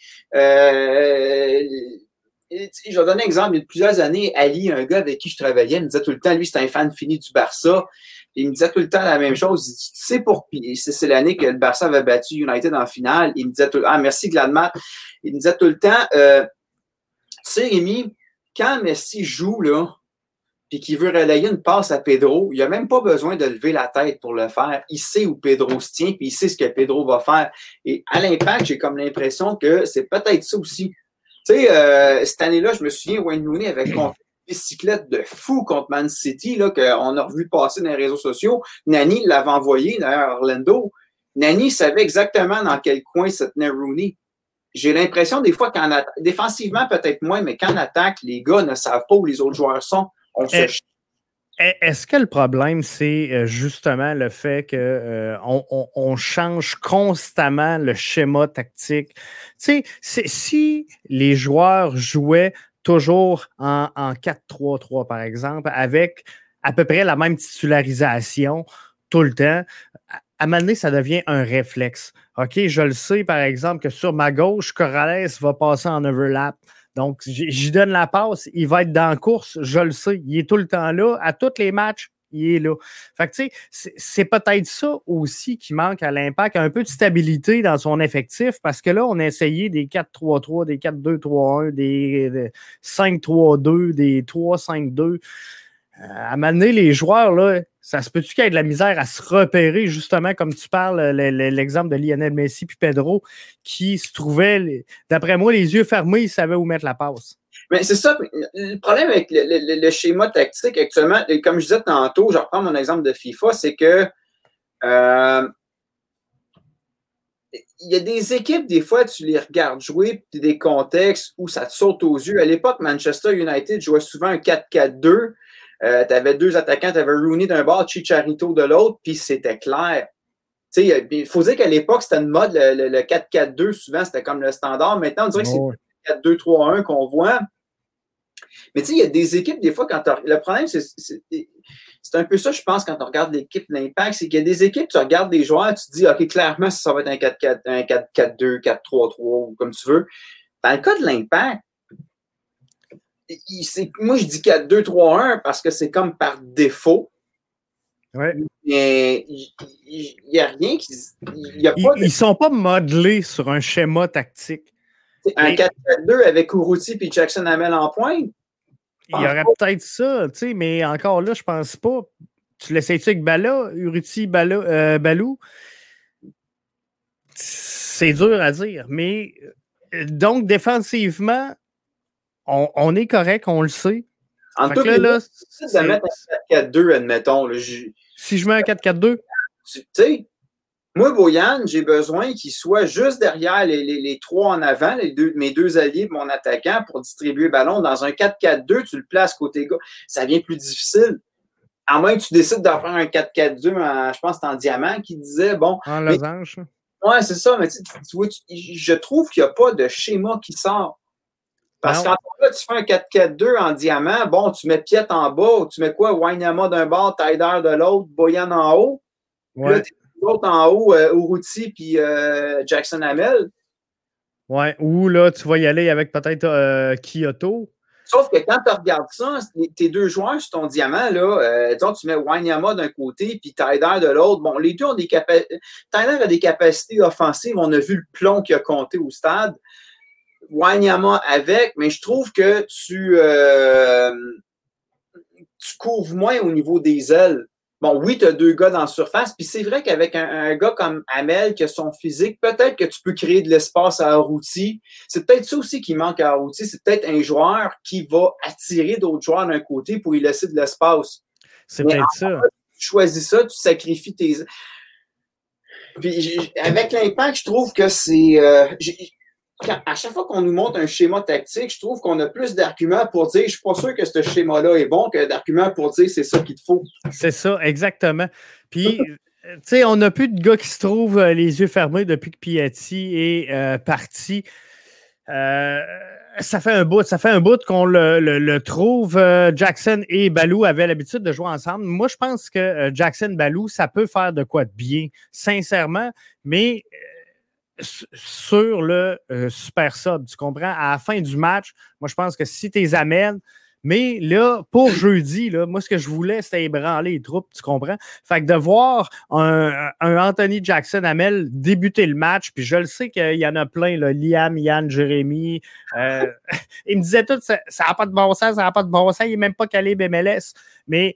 euh, je vais donner un exemple. Il y a plusieurs années, Ali, un gars avec qui je travaillais, il me disait tout le temps, lui, c'est un fan fini du Barça. Il me disait tout le temps la même chose. Il dit, tu sais, pour, c'est, c'est l'année que le Barça avait battu United en finale. Il me disait tout le temps, ah, merci Gladmat. Il me disait tout le temps, euh, tu sais, Rémi, quand Messi joue, là, puis qu'il veut relayer une passe à Pedro, il n'a même pas besoin de lever la tête pour le faire. Il sait où Pedro se tient, puis il sait ce que Pedro va faire. Et à l'Impact, j'ai comme l'impression que c'est peut-être ça aussi. Tu sais, euh, cette année-là, je me souviens, Wayne Rooney avait compté une bicyclette de fou contre Man City, là, qu'on a revu passer dans les réseaux sociaux. Nani l'avait envoyé, d'ailleurs, à Orlando. Nani savait exactement dans quel coin se tenait Rooney. J'ai l'impression, des fois, qu'en atta- défensivement, peut-être moins, mais qu'en attaque, les gars ne savent pas où les autres joueurs sont. On se... Est-ce que le problème, c'est justement le fait qu'on euh, on, on change constamment le schéma tactique? Tu sais, si les joueurs jouaient toujours en, en quatre trois trois, par exemple, avec à peu près la même titularisation tout le temps, à un moment donné, ça devient un réflexe. OK, je le sais, par exemple, que sur ma gauche, Corrales va passer en overlap. Donc, j'y donne la passe, il va être dans la course, je le sais, il est tout le temps là, à tous les matchs, il est là. Fait que, tu sais, c'est, c'est peut-être ça aussi qui manque à l'Impact, un peu de stabilité dans son effectif, parce que là, on a essayé des quatre trois trois, des quatre deux trois un, des cinq trois deux, des trois cinq deux. à m'amener les joueurs, là, ça se peut-tu qu'il y ait de la misère à se repérer, justement, comme tu parles, l'exemple de Lionel Messi puis Pedro, qui se trouvaient, d'après moi, les yeux fermés, ils savaient où mettre la passe. Mais c'est ça, le problème avec le, le, le schéma tactique actuellement, comme je disais tantôt, je reprends mon exemple de FIFA, c'est que euh, il y a des équipes, des fois, tu les regardes jouer, puis des contextes où ça te saute aux yeux. À l'époque, Manchester United jouait souvent un quatre quatre deux. Euh, tu avais deux attaquants, tu avais Rooney d'un bord, Chicharito de l'autre, puis c'était clair. Il faut dire qu'à l'époque, c'était une mode, le, le, le quatre quatre deux, souvent, c'était comme le standard. Maintenant, on dirait que c'est le quatre deux trois un qu'on voit. Mais tu sais, il y a des équipes, des fois, quand le problème, c'est, c'est, c'est un peu ça, je pense, quand on regarde l'équipe l'Impact, c'est qu'il y a des équipes, tu regardes des joueurs, tu te dis, OK, clairement, ça va être un quatre quatre, un quatre quatre deux, quatre trois trois, ou comme tu veux. Dans le cas de l'Impact, c'est, moi, je dis quatre deux trois un parce que c'est comme par défaut. Ouais. Mais il n'y a rien qui. Y a pas ils de... ne sont pas modelés sur un schéma tactique. Un quatre quatre deux avec Urruti et Jackson Hamel en pointe. Il y aurait peut-être ça, tu sais, mais encore là, je pense pas. Tu l'essayes-tu avec Bala, Urruti, Bala, euh, Balou? C'est dur à dire, mais donc, défensivement, on, on est correct, on le sait. En tout cas, là, c'est de mettre un quatre quatre deux, admettons. Là, si je mets un quatre quatre deux? Tu sais, moi, Boyan, j'ai besoin qu'il soit juste derrière les, les, les trois en avant, les deux, mes deux alliés de mon attaquant pour distribuer le ballon. Dans un quatre quatre deux, tu le places côté gars. Ça devient plus difficile. À moins que tu décides d'en faire un quatre quatre deux, en, je pense que c'est en diamant, qui disait, bon... En losange. Ouais, c'est ça, mais tu, tu vois, tu, je trouve qu'il n'y a pas de schéma qui sort. Parce qu'en là, tu fais un quatre quatre deux en diamant, bon, tu mets Piet en bas, tu mets quoi? Wanyama d'un bord, Taider de l'autre, Boyan en haut. Ouais. Là, l'autre en haut, euh, Urruti puis euh, Jackson Hamel. Ouais, ou là, tu vas y aller avec peut-être euh, Kyoto. Sauf que quand tu regardes ça, tes deux joueurs sur ton diamant, là, euh, disons, tu mets Wanyama d'un côté puis Taider de l'autre. Bon, les deux ont des capacités. Taider a des capacités offensives. On a vu le plomb qu'il a compté au stade. Wanyama avec, mais je trouve que tu, euh, tu couvres moins au niveau des ailes. Bon, oui, tu as deux gars dans la surface, puis c'est vrai qu'avec un, un gars comme Hamel, qui a son physique, peut-être que tu peux créer de l'espace à Urruti. C'est peut-être ça aussi qui manque à Urruti. C'est peut-être un joueur qui va attirer d'autres joueurs d'un côté pour y laisser de l'espace. C'est mais peut-être ça. Fait, tu choisis ça, tu sacrifies tes... Puis avec l'Impact, je trouve que c'est... Euh, Quand, à chaque fois qu'on nous montre un schéma tactique, je trouve qu'on a plus d'arguments pour dire je suis pas sûr que ce schéma-là est bon que d'arguments pour dire c'est ça qu'il te faut. C'est ça, exactement. Puis, tu sais, on n'a plus de gars qui se trouvent euh, les yeux fermés depuis que Piatti est euh, parti. Euh, ça fait un bout, ça fait un bout qu'on le, le, le trouve. Euh, Jackson et Balou avaient l'habitude de jouer ensemble. Moi, je pense que euh, Jackson Balou, ça peut faire de quoi de bien, sincèrement, mais sur le euh, super sub, tu comprends? À la fin du match, moi, je pense que si tu les amènes, mais là, pour jeudi, là, moi, ce que je voulais, c'était ébranler les troupes, tu comprends? Fait que de voir un, un Anthony Jackson Hamel débuter le match, puis je le sais qu'il y en a plein, là, Liam, Yann, Jérémy, euh, ils me disaient tous, ça n'a pas de bon sens, ça n'a pas de bon sens, il n'est même pas calé B M L S, mais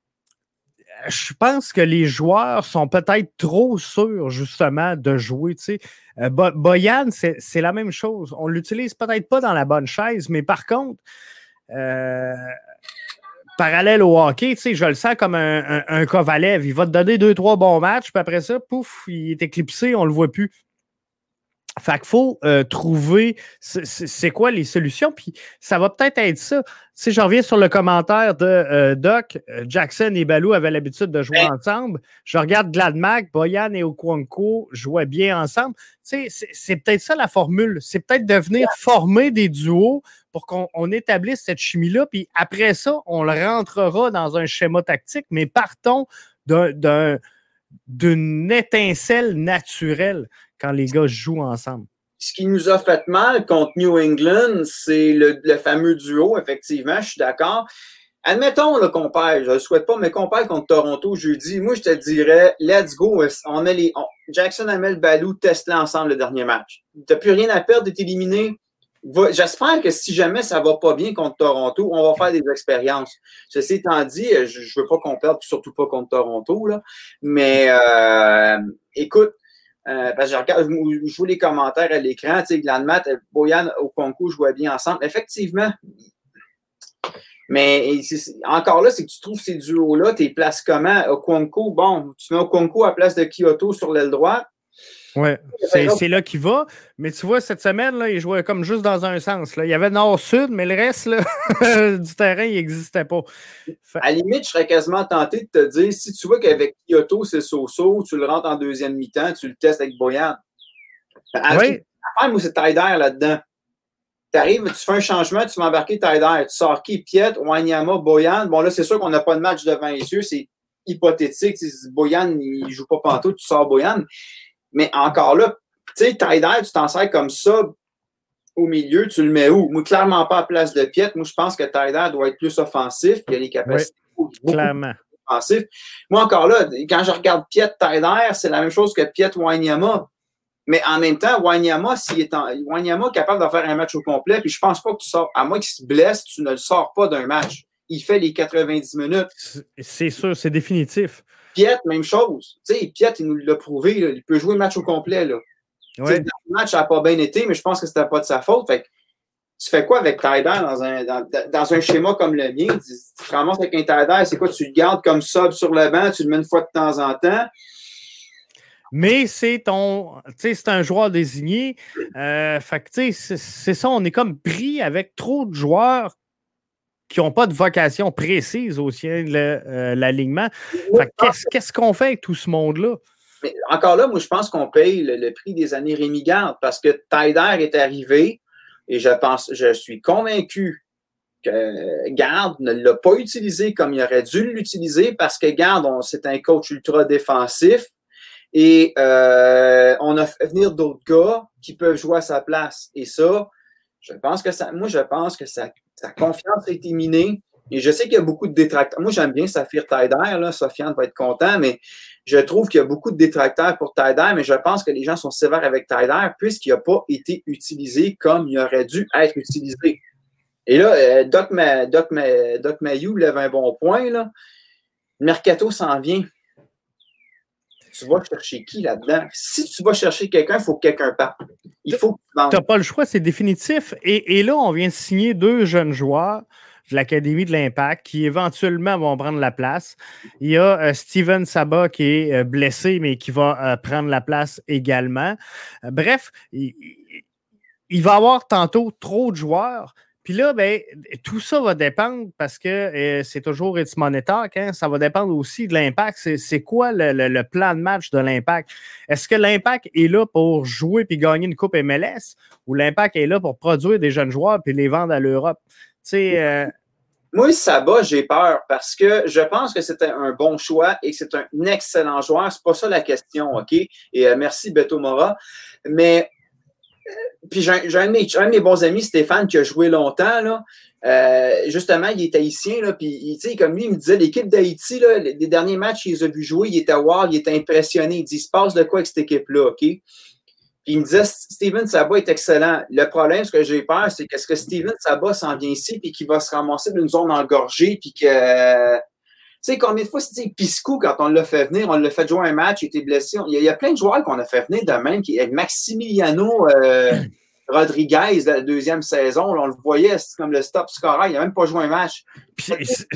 je pense que les joueurs sont peut-être trop sûrs, justement, de jouer. Tu sais. Euh, Bo- Boyan, c'est, c'est la même chose. On ne l'utilise peut-être pas dans la bonne chaise, mais par contre, euh, parallèle au hockey, tu sais, je le sens comme un, un, un Kovalev. Il va te donner deux, trois bons matchs, puis après ça, pouf, il est éclipsé, on ne le voit plus. Fait qu'il faut euh, trouver c'est, c'est quoi les solutions, puis ça va peut-être être ça. Tu sais, je reviens sur le commentaire de euh, Doc. Jackson et Balou avaient l'habitude de jouer hey. ensemble. Je regarde Gladmack, Boyan et Okwanko jouaient bien ensemble. Tu sais, c'est, c'est peut-être ça la formule. C'est peut-être de venir former des duos pour qu'on on établisse cette chimie-là, puis après ça, on le rentrera dans un schéma tactique, mais partons d'un, d'un, d'une étincelle naturelle quand les gars jouent ensemble. Ce qui nous a fait mal contre New England, c'est le, le fameux duo, effectivement, je suis d'accord. Admettons là, qu'on perd, je ne le souhaite pas, mais qu'on perd contre Toronto jeudi, moi je te dirais, let's go, on met les, on, Jackson, Hamel, Balou testent ensemble le dernier match. Tu n'as plus rien à perdre, tu es éliminé, va, j'espère que si jamais ça ne va pas bien contre Toronto, on va faire des expériences. Ceci étant dit, je ne veux pas qu'on perde, surtout pas contre Toronto, là. Mais euh, écoute, euh, parce que je regarde, je, je vois les commentaires à l'écran, tu sais, Glanmat, Boyan, Okonkwo, je vois bien ensemble. Effectivement. Mais c'est, encore là, c'est que tu trouves ces duos-là, tu les places comment? Okonkwo, bon, tu mets Okonkwo à la place de Kyoto sur l'aile droite. Oui, c'est, c'est là qu'il va. Mais tu vois, cette semaine, là, il jouait comme juste dans un sens. Là. Il y avait nord-sud, mais le reste là, du terrain, il n'existait pas. Fait... À la limite, je serais quasiment tenté de te dire, si tu vois qu'avec Kyoto, c'est so-so, tu le rentres en deuxième mi-temps, tu le testes avec Boyan. Oui. Moi, c'est Taider là-dedans. Tu arrives, tu fais un changement, tu vas embarquer Taider. Tu sors qui? Piet, Wanyama, Boyan. Bon, là, c'est sûr qu'on n'a pas de match devant les yeux. C'est hypothétique. Si Boyan, il ne joue pas pantoute, tu sors Boyan. Mais encore là, tu sais, Taider, tu t'en sers comme ça au milieu, tu le mets où? Moi, clairement pas à place de Piet. Moi, je pense que Taider doit être plus offensif. Il a les capacités oui, beaucoup clairement. Plus offensives. Moi, encore là, quand je regarde Piet, Taider, c'est la même chose que Piet, Wanyama. Mais en même temps, Wanyama, s'il est, en, Wanyama est capable de faire un match au complet, puis je pense pas que tu sors, à moins qu'il se blesse, tu ne le sors pas d'un match. Il fait les quatre-vingt-dix minutes. C'est sûr, c'est définitif. Piet, même chose. Tu sais, Piet, il nous l'a prouvé, là. Il peut jouer le match au complet, là. Ouais. Le match n'a pas bien été, mais je pense que c'était pas de sa faute. Fait que tu fais quoi avec Taider dans un, dans, dans un schéma comme le mien? Tu, tu te ramasses avec un Taider, c'est quoi? Tu le gardes comme sub sur le banc, tu le mets une fois de temps en temps. Mais c'est ton, tu sais, c'est un joueur désigné. Euh, fait que, tu sais, c'est, c'est ça, on est comme pris avec trop de joueurs qui n'ont pas de vocation précise au sein de euh, l'alignement. Fait que qu'est-ce, qu'est-ce qu'on fait avec tout ce monde-là? Mais encore là, moi, je pense qu'on paye le, le prix des années Rémi Garde parce que Taider est arrivé et je pense, je suis convaincu que Garde ne l'a pas utilisé comme il aurait dû l'utiliser parce que Garde, on, c'est un coach ultra défensif. Et euh, on a fait venir d'autres gars qui peuvent jouer à sa place. Et ça, je pense que ça, moi, je pense que sa, sa confiance a été minée. Et je sais qu'il y a beaucoup de détracteurs. Moi, j'aime bien Saphir Taider, là. Sofiane va être content, mais je trouve qu'il y a beaucoup de détracteurs pour Taider, mais je pense que les gens sont sévères avec Taider puisqu'il n'a pas été utilisé comme il aurait dû être utilisé. Et là, euh, Doc, Ma, Doc, Ma, Doc Mayou lève un bon point, là. Le mercato s'en vient. Tu vas chercher qui là-dedans? Si tu vas chercher quelqu'un, il faut que quelqu'un parte. Il faut que tu vendes. Tu n'as pas le choix, c'est définitif. Et, et là, on vient de signer deux jeunes joueurs de l'Académie de l'Impact qui éventuellement vont prendre la place. Il y a euh, Steven Sabah qui est euh, blessé, mais qui va euh, prendre la place également. Euh, bref, il, il va y avoir tantôt trop de joueurs. Puis là, ben, tout ça va dépendre parce que euh, c'est toujours It's Money Talk, hein, ça va dépendre aussi de l'Impact. C'est, c'est quoi le, le, le plan de match de l'Impact? Est-ce que l'Impact est là pour jouer puis gagner une Coupe M L S ou l'Impact est là pour produire des jeunes joueurs puis les vendre à l'Europe? Tu sais, euh... Moi, Sabah, j'ai peur parce que je pense que c'était un bon choix et que c'est un excellent joueur. C'est pas ça la question, OK? Et euh, merci, Beto Mora. Mais puis j'ai, j'ai, un de mes, un de mes bons amis, Stéphane, qui a joué longtemps, là. Euh, justement, il est haïtien, là, puis tu sais, comme lui, il me disait, l'équipe d'Haïti, là, les, les derniers matchs, il les a vus jouer, il était wow, il était impressionné. Il dit, il se passe de quoi avec cette équipe-là, OK? Puis il me disait, Steven Sabah est excellent. Le problème, ce que j'ai peur, c'est qu'est-ce que Steven Sabah s'en vient ici, puis qu'il va se ramasser d'une zone engorgée, puis que... Euh, tu sais, combien de fois, c'est Piscou, quand on l'a fait venir, on l'a fait jouer un match, il était blessé. Il y a, il y a plein de joueurs qu'on a fait venir de même, qui avec Maximiliano euh, Rodriguez, la deuxième saison, là, on le voyait, c'est comme le stop scorer, il n'a même pas joué un match. Puis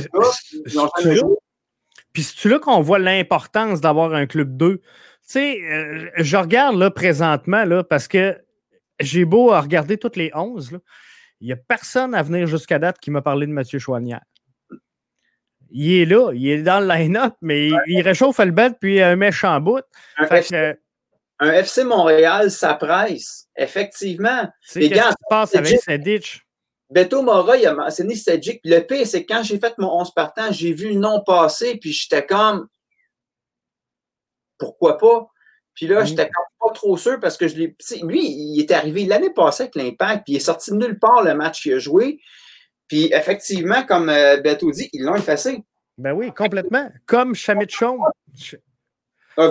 c'est là qu'on voit l'importance d'avoir un club deux. Tu sais, euh, je regarde là présentement, là, parce que j'ai beau regarder toutes les onze, là, il n'y a personne à venir jusqu'à date qui m'a parlé de Mathieu Choinière. Il est là, il est dans le line-up, mais il, il réchauffe le bête puis un méchant bout. Un, fait F C, que, un F C Montréal, ça presse, effectivement. C'est qu'est-ce gars, qui se passe avec Sedic? Beto Mora, il a mentionné Sedic. Le pire, c'est que quand j'ai fait mon onze partant, j'ai vu le nom passer, puis j'étais comme pourquoi pas? Puis là, mmh. j'étais comme pas trop sûr parce que je l'ai. Lui, il est arrivé l'année passée avec l'Impact, puis il est sorti de nulle part le match qu'il a joué. Puis effectivement, comme euh, Beto dit, ils l'ont effacé. Ben oui, complètement. Comme Shamit Chaume. Ah, vas-y.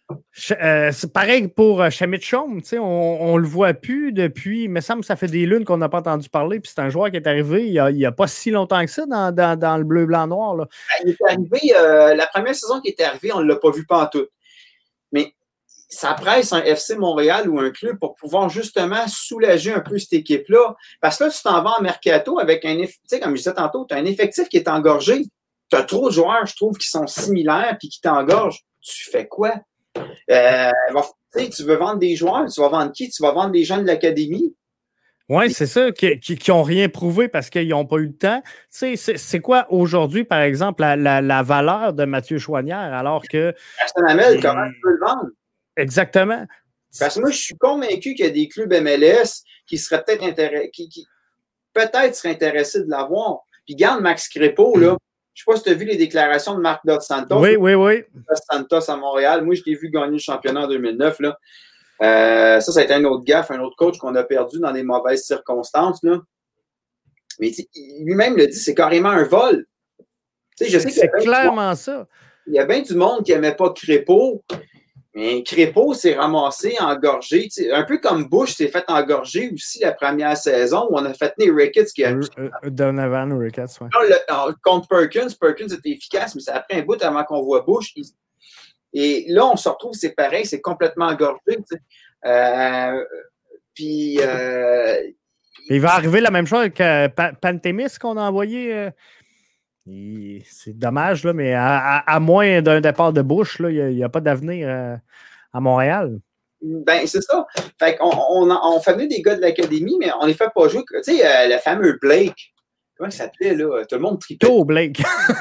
Euh, c'est pareil pour euh, Shamit Chom, on ne le voit plus depuis, il me semble que ça fait des lunes qu'on n'a pas entendu parler, puis c'est un joueur qui est arrivé il n'y a, a pas si longtemps que ça dans, dans, dans le bleu, blanc, noir. Là. Il est arrivé, euh, la première saison qui était arrivée, on ne l'a pas vu pantoute. Mais ça presse un F C Montréal ou un club pour pouvoir justement soulager un peu cette équipe-là. Parce que là, tu t'en vas en mercato avec un, tu sais, comme je disais tantôt, tu as un effectif qui est engorgé. Tu as trop de joueurs, je trouve, qui sont similaires puis qui t'engorgent. Tu fais quoi? Euh, tu veux vendre des joueurs, tu vas vendre qui? Tu vas vendre des gens de l'académie? Oui, c'est ça, qui n'ont rien prouvé parce qu'ils n'ont pas eu le temps. C'est, c'est quoi aujourd'hui, par exemple, la, la, la valeur de Mathieu Choinière alors que. Gaston Hamel, comment tu peux le vendre? Exactement. Parce que moi, je suis convaincu qu'il y a des clubs M L S qui seraient peut-être intéressés, qui, qui peut-être seraient intéressés de l'avoir. Puis garde Max Crépeau, là. Je ne sais pas si tu as vu les déclarations de Marc Dos Santos. Oui, oui, oui. Dos Santos à Montréal. Moi, je l'ai vu gagner le championnat en deux mille neuf. Là. Euh, ça, ça a été un autre gaffe, un autre coach qu'on a perdu dans des mauvaises circonstances. Là. Mais lui-même le dit, c'est carrément un vol. Je sais c'est clairement ça. Il y a bien du monde qui n'aimait pas Crépeau. Mais Crépeau s'est ramassé, engorgé. Un peu comme Bush s'est fait engorger aussi la première saison où on a fait tenir Ricketts qui a. Euh, Donovan Ricketts, oui. Contre Perkins, Perkins était efficace, mais ça a pris un bout avant qu'on voit Bush. Et là, on se retrouve, c'est pareil, c'est complètement engorgé. Euh, puis. Euh, il va arriver la même chose avec euh, Pantémis qu'on a envoyé. Euh... Il... C'est dommage, là, mais à, à, à moins d'un départ de Bush, il n'y a, a pas d'avenir euh, à Montréal. Ben, c'est ça. Fait qu'on on, on fait venir des gars de l'académie, mais on les fait pas jouer. Tu sais, euh, le fameux Blake, comment il s'appelait, là? Tout le monde tripait. Oh, Blake!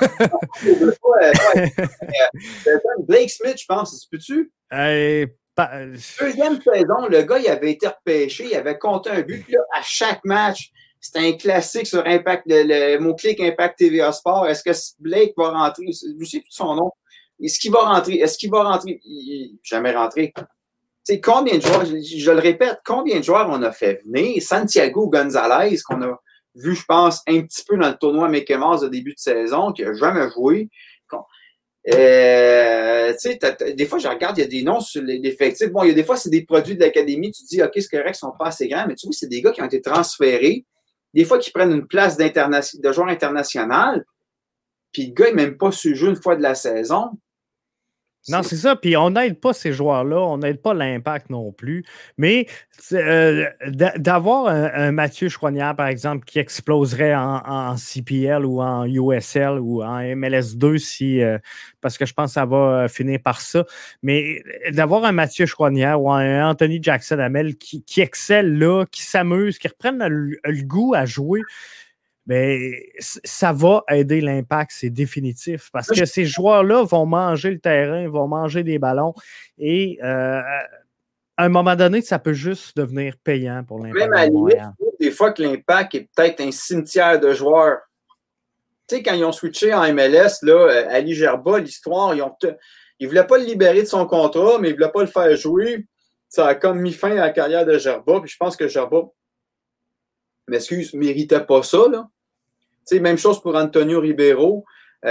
Blake Smith, je pense, c'est peux-tu? Euh, pa... Deuxième saison, le gars, il avait été repêché, il avait compté un but, puis là, à chaque match, c'était un classique sur Impact, le, le mot-clic Impact T V A Sport. Est-ce que Blake va rentrer? Je sais plus son nom. Est-ce qu'il va rentrer? Est-ce qu'il va rentrer? Il n'est jamais rentré. Tu sais, combien de joueurs, je, je le répète, combien de joueurs on a fait venir? Santiago Gonzalez, qu'on a vu, je pense, un petit peu dans le tournoi Mickey Mouse de début de saison, qui n'a jamais joué. Euh, tu sais, des fois, je regarde, il y a des noms sur l'effectif. Bon, il y a des fois, c'est des produits de l'académie. Tu te dis, OK, c'est correct, ils sont pas assez grands, mais tu vois, c'est des gars qui ont été transférés. Des fois, qui prennent une place de joueur international, puis le gars n'est même pas sur le jeu une fois de la saison. Non, c'est ça. Puis on n'aide pas ces joueurs-là, on n'aide pas l'Impact non plus. Mais euh, d'avoir un, un Mathieu Choinière, par exemple, qui exploserait en, en C P L ou en U S L ou en M L S deux, si, euh, parce que je pense que ça va finir par ça. Mais d'avoir un Mathieu Choinière ou un Anthony Jackson-Hamel qui, qui excelle là, qui s'amuse, qui reprennent le, le goût à jouer, bien, ça va aider l'Impact, c'est définitif. Parce que ces joueurs-là vont manger le terrain, vont manger des ballons. Et euh, à un moment donné, ça peut juste devenir payant pour l'Impact. Même à la limite, des fois que l'Impact est peut-être un cimetière de joueurs. Tu sais, quand ils ont switché en M L S, là, Ali Gerba, l'histoire, ils ont te... ils ne voulaient pas le libérer de son contrat, mais ils ne voulaient pas le faire jouer. Ça a comme mis fin à la carrière de Gerba. Puis je pense que Gerba, m'excuse, ne méritait pas ça, là. Tu sais, même chose pour Antonio Ribeiro.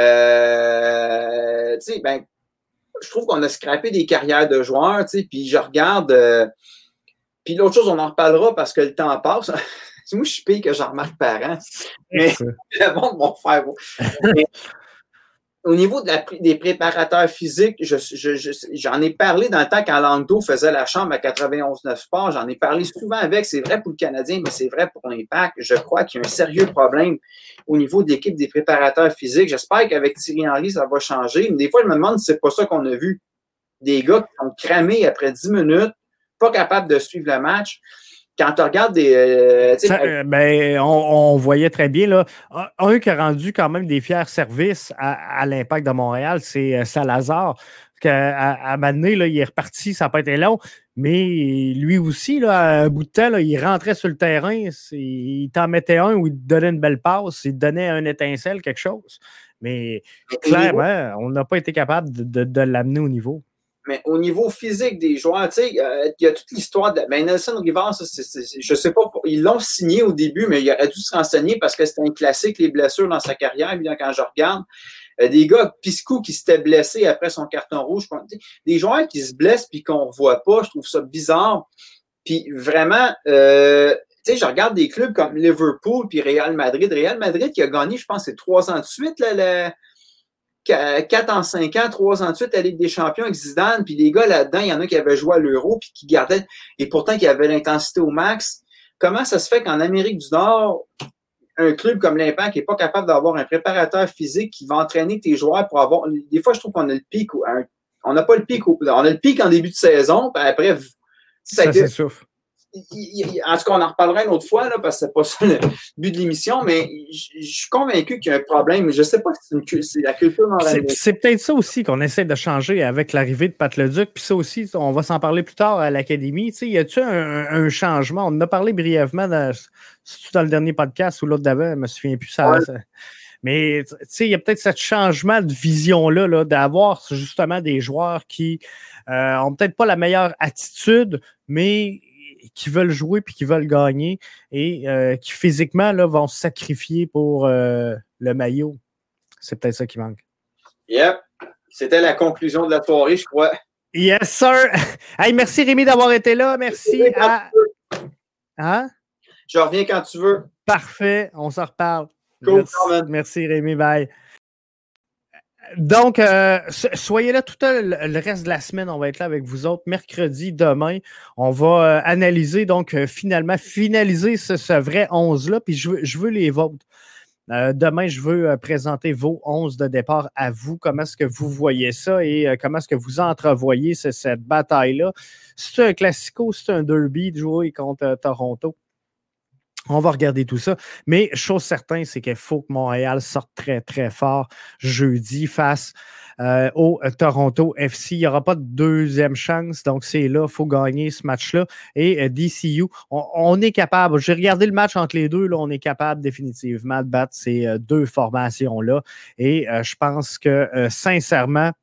Euh, tu sais, ben, je trouve qu'on a scrappé des carrières de joueurs, tu sais, puis je regarde. Euh, puis l'autre chose, on en reparlera parce que le temps passe. Moi, je suis pire que Jean-Marc Parent. Mais le monde va faire. Mais, au niveau de la, des préparateurs physiques, je, je, je, j'en ai parlé dans le temps quand Langdo faisait la chambre à quatre-vingt-onze neuf Sports. J'en ai parlé souvent avec. C'est vrai pour le Canadien, mais c'est vrai pour l'Impact. Je crois qu'il y a un sérieux problème au niveau de l'équipe des préparateurs physiques. J'espère qu'avec Thierry Henry, ça va changer. Mais des fois, je me demande si c'est pas ça qu'on a vu. Des gars qui sont cramés après dix minutes, pas capables de suivre le match. Quand tu regardes des... Euh, Ça, euh, ben, on, on voyait très bien, là, un, un qui a rendu quand même des fiers services à, à l'Impact de Montréal, c'est euh, Salazar. À, à, à Mané, là, il est reparti, ça n'a pas été long, mais lui aussi, là, à un bout de temps, là, il rentrait sur le terrain, il t'en mettait un où il te donnait une belle passe, il te donnait un étincelle, quelque chose. Mais clairement, on n'a pas été capable de, de, de l'amener au niveau. Mais au niveau physique des joueurs, tu sais, euh, il y a toute l'histoire de. Ben Nelson Rivard, ça, c'est, c'est, je sais pas, ils l'ont signé au début, mais il aurait dû se renseigner parce que c'était un classique, les blessures dans sa carrière, bien quand je regarde. Euh, des gars, Piscou qui s'était blessé après son carton rouge. Des joueurs qui se blessent puis qu'on ne voit pas, je trouve ça bizarre. Puis vraiment, euh, tu sais, je regarde des clubs comme Liverpool puis Real Madrid. Real Madrid qui a gagné, je pense, c'est trois ans de suite, là, la, quatre en cinq ans, trois ans de suite, la Ligue des Champions avec Zidane. Puis les gars là-dedans, il y en a qui avaient joué à l'Euro puis qui gardaient, et pourtant qui avaient l'intensité au max. Comment ça se fait qu'en Amérique du Nord, un club comme l'Impact n'est pas capable d'avoir un préparateur physique qui va entraîner tes joueurs pour avoir. Des fois, je trouve qu'on a le pic. On n'a pas le pic. On a le pic en début de saison, puis après, ça, ça s'essouffle. En tout cas, on en reparlera une autre fois, là, parce que c'est pas ça le but de l'émission, mais je suis convaincu qu'il y a un problème. Je ne sais pas si c'est, une, c'est la culture c'est, c'est peut-être ça aussi qu'on essaie de changer avec l'arrivée de Pat Leduc. Puis ça aussi, on va s'en parler plus tard à l'Académie. Tu sais, y a-tu un, un changement? On en a parlé brièvement dans, dans le dernier podcast ou l'autre d'avant, je me souviens plus. Ça, ouais. ça. Mais tu sais, il y a peut-être ce changement de vision-là, là, d'avoir justement des joueurs qui euh, ont peut-être pas la meilleure attitude, mais qui veulent jouer puis qui veulent gagner et euh, qui physiquement là, vont se sacrifier pour euh, le maillot. C'est peut-être ça qui manque. Yep. C'était la conclusion de la soirée, je crois. Yes, sir. Hey, merci Rémi d'avoir été là. Merci à... Hein? Je reviens quand tu veux. Parfait. On s'en reparle. Cool. Merci, merci Rémi. Bye. Donc, euh, soyez là tout le, le reste de la semaine. On va être là avec vous autres. Mercredi, demain, on va euh, analyser, donc euh, finalement, finaliser ce, ce vrai onze-là. Puis je veux, je veux les vôtres. Euh, demain, je veux euh, présenter vos onze de départ à vous. Comment est-ce que vous voyez ça et euh, comment est-ce que vous entrevoyez ce, cette bataille-là? C'est un classico, c'est un derby de jouer contre euh, Toronto. On va regarder tout ça. Mais chose certaine, c'est qu'il faut que Montréal sorte très, très fort jeudi face euh, au Toronto F C. Il n'y aura pas de deuxième chance. Donc, c'est là, il faut gagner ce match-là. Et euh, D C U, on, on est capable. J'ai regardé le match entre les deux. Là, on est capable définitivement de battre ces euh, deux formations-là. Et euh, je pense que, euh, sincèrement,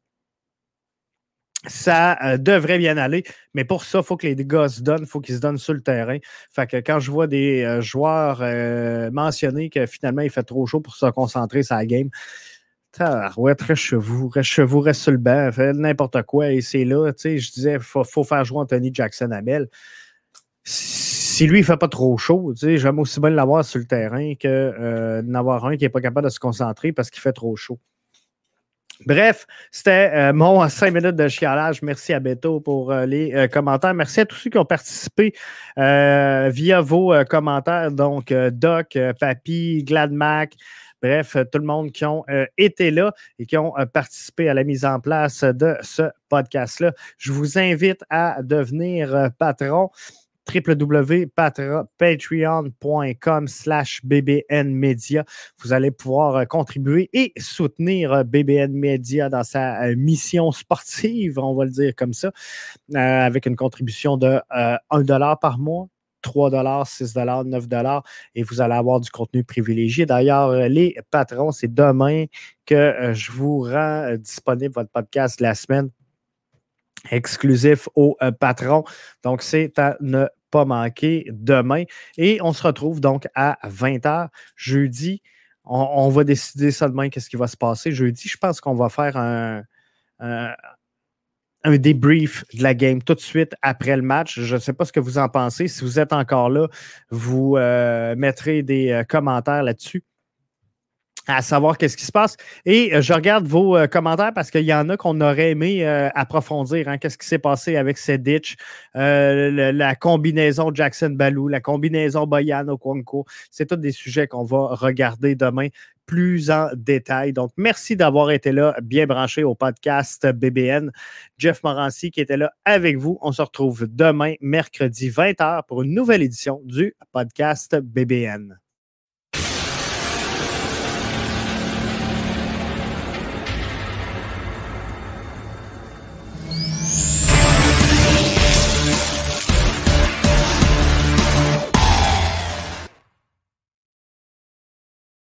ça euh, devrait bien aller, mais pour ça, il faut que les gars se donnent, il faut qu'ils se donnent sur le terrain. Fait que quand je vois des euh, joueurs euh, mentionner que finalement, il fait trop chaud pour se concentrer sur la game, ouais, reste chez vous, reste chez vous, reste sur le banc, fait n'importe quoi, et c'est là, tu sais, je disais, il faut, faut faire jouer Anthony Jackson-Hamel. Si lui, il ne fait pas trop chaud, tu sais, j'aime aussi bien l'avoir sur le terrain que euh, d'en avoir un qui n'est pas capable de se concentrer parce qu'il fait trop chaud. Bref, c'était euh, mon cinq minutes de chialage. Merci à Beto pour euh, les euh, commentaires. Merci à tous ceux qui ont participé euh, via vos euh, commentaires. Donc, euh, Doc, euh, Papy, Gladmac, bref, euh, tout le monde qui ont euh, été là et qui ont euh, participé à la mise en place de ce podcast-là. Je vous invite à devenir euh, patron. w w w point patreon point com slash b b n media. Vous allez pouvoir euh, contribuer et soutenir euh, B B N Media dans sa euh, mission sportive, on va le dire comme ça, euh, avec une contribution de euh, un dollar par mois, trois dollars, six dollars, neuf dollars, et vous allez avoir du contenu privilégié. D'ailleurs, euh, les patrons, c'est demain que euh, je vous rends euh, disponible votre podcast de la semaine exclusif aux euh, patrons. Donc, c'est à ne pas manquer demain. Et on se retrouve donc à vingt heures jeudi. On, on va décider ça demain, qu'est-ce qui va se passer. Jeudi, je pense qu'on va faire un, un, un débrief de la game tout de suite après le match. Je ne sais pas ce que vous en pensez. Si vous êtes encore là, vous euh, mettrez des euh, commentaires là-dessus, à savoir qu'est-ce qui se passe. Et euh, je regarde vos euh, commentaires parce qu'il y en a qu'on aurait aimé euh, approfondir. Hein, qu'est-ce qui s'est passé avec Sedic, euh, le, la combinaison Jackson-Balou, la combinaison Boyan-Okonkwo. C'est tous des sujets qu'on va regarder demain plus en détail. Donc, merci d'avoir été là, bien branché au podcast B B N. Jeff Morancy qui était là avec vous. On se retrouve demain, mercredi vingt heures, pour une nouvelle édition du podcast B B N.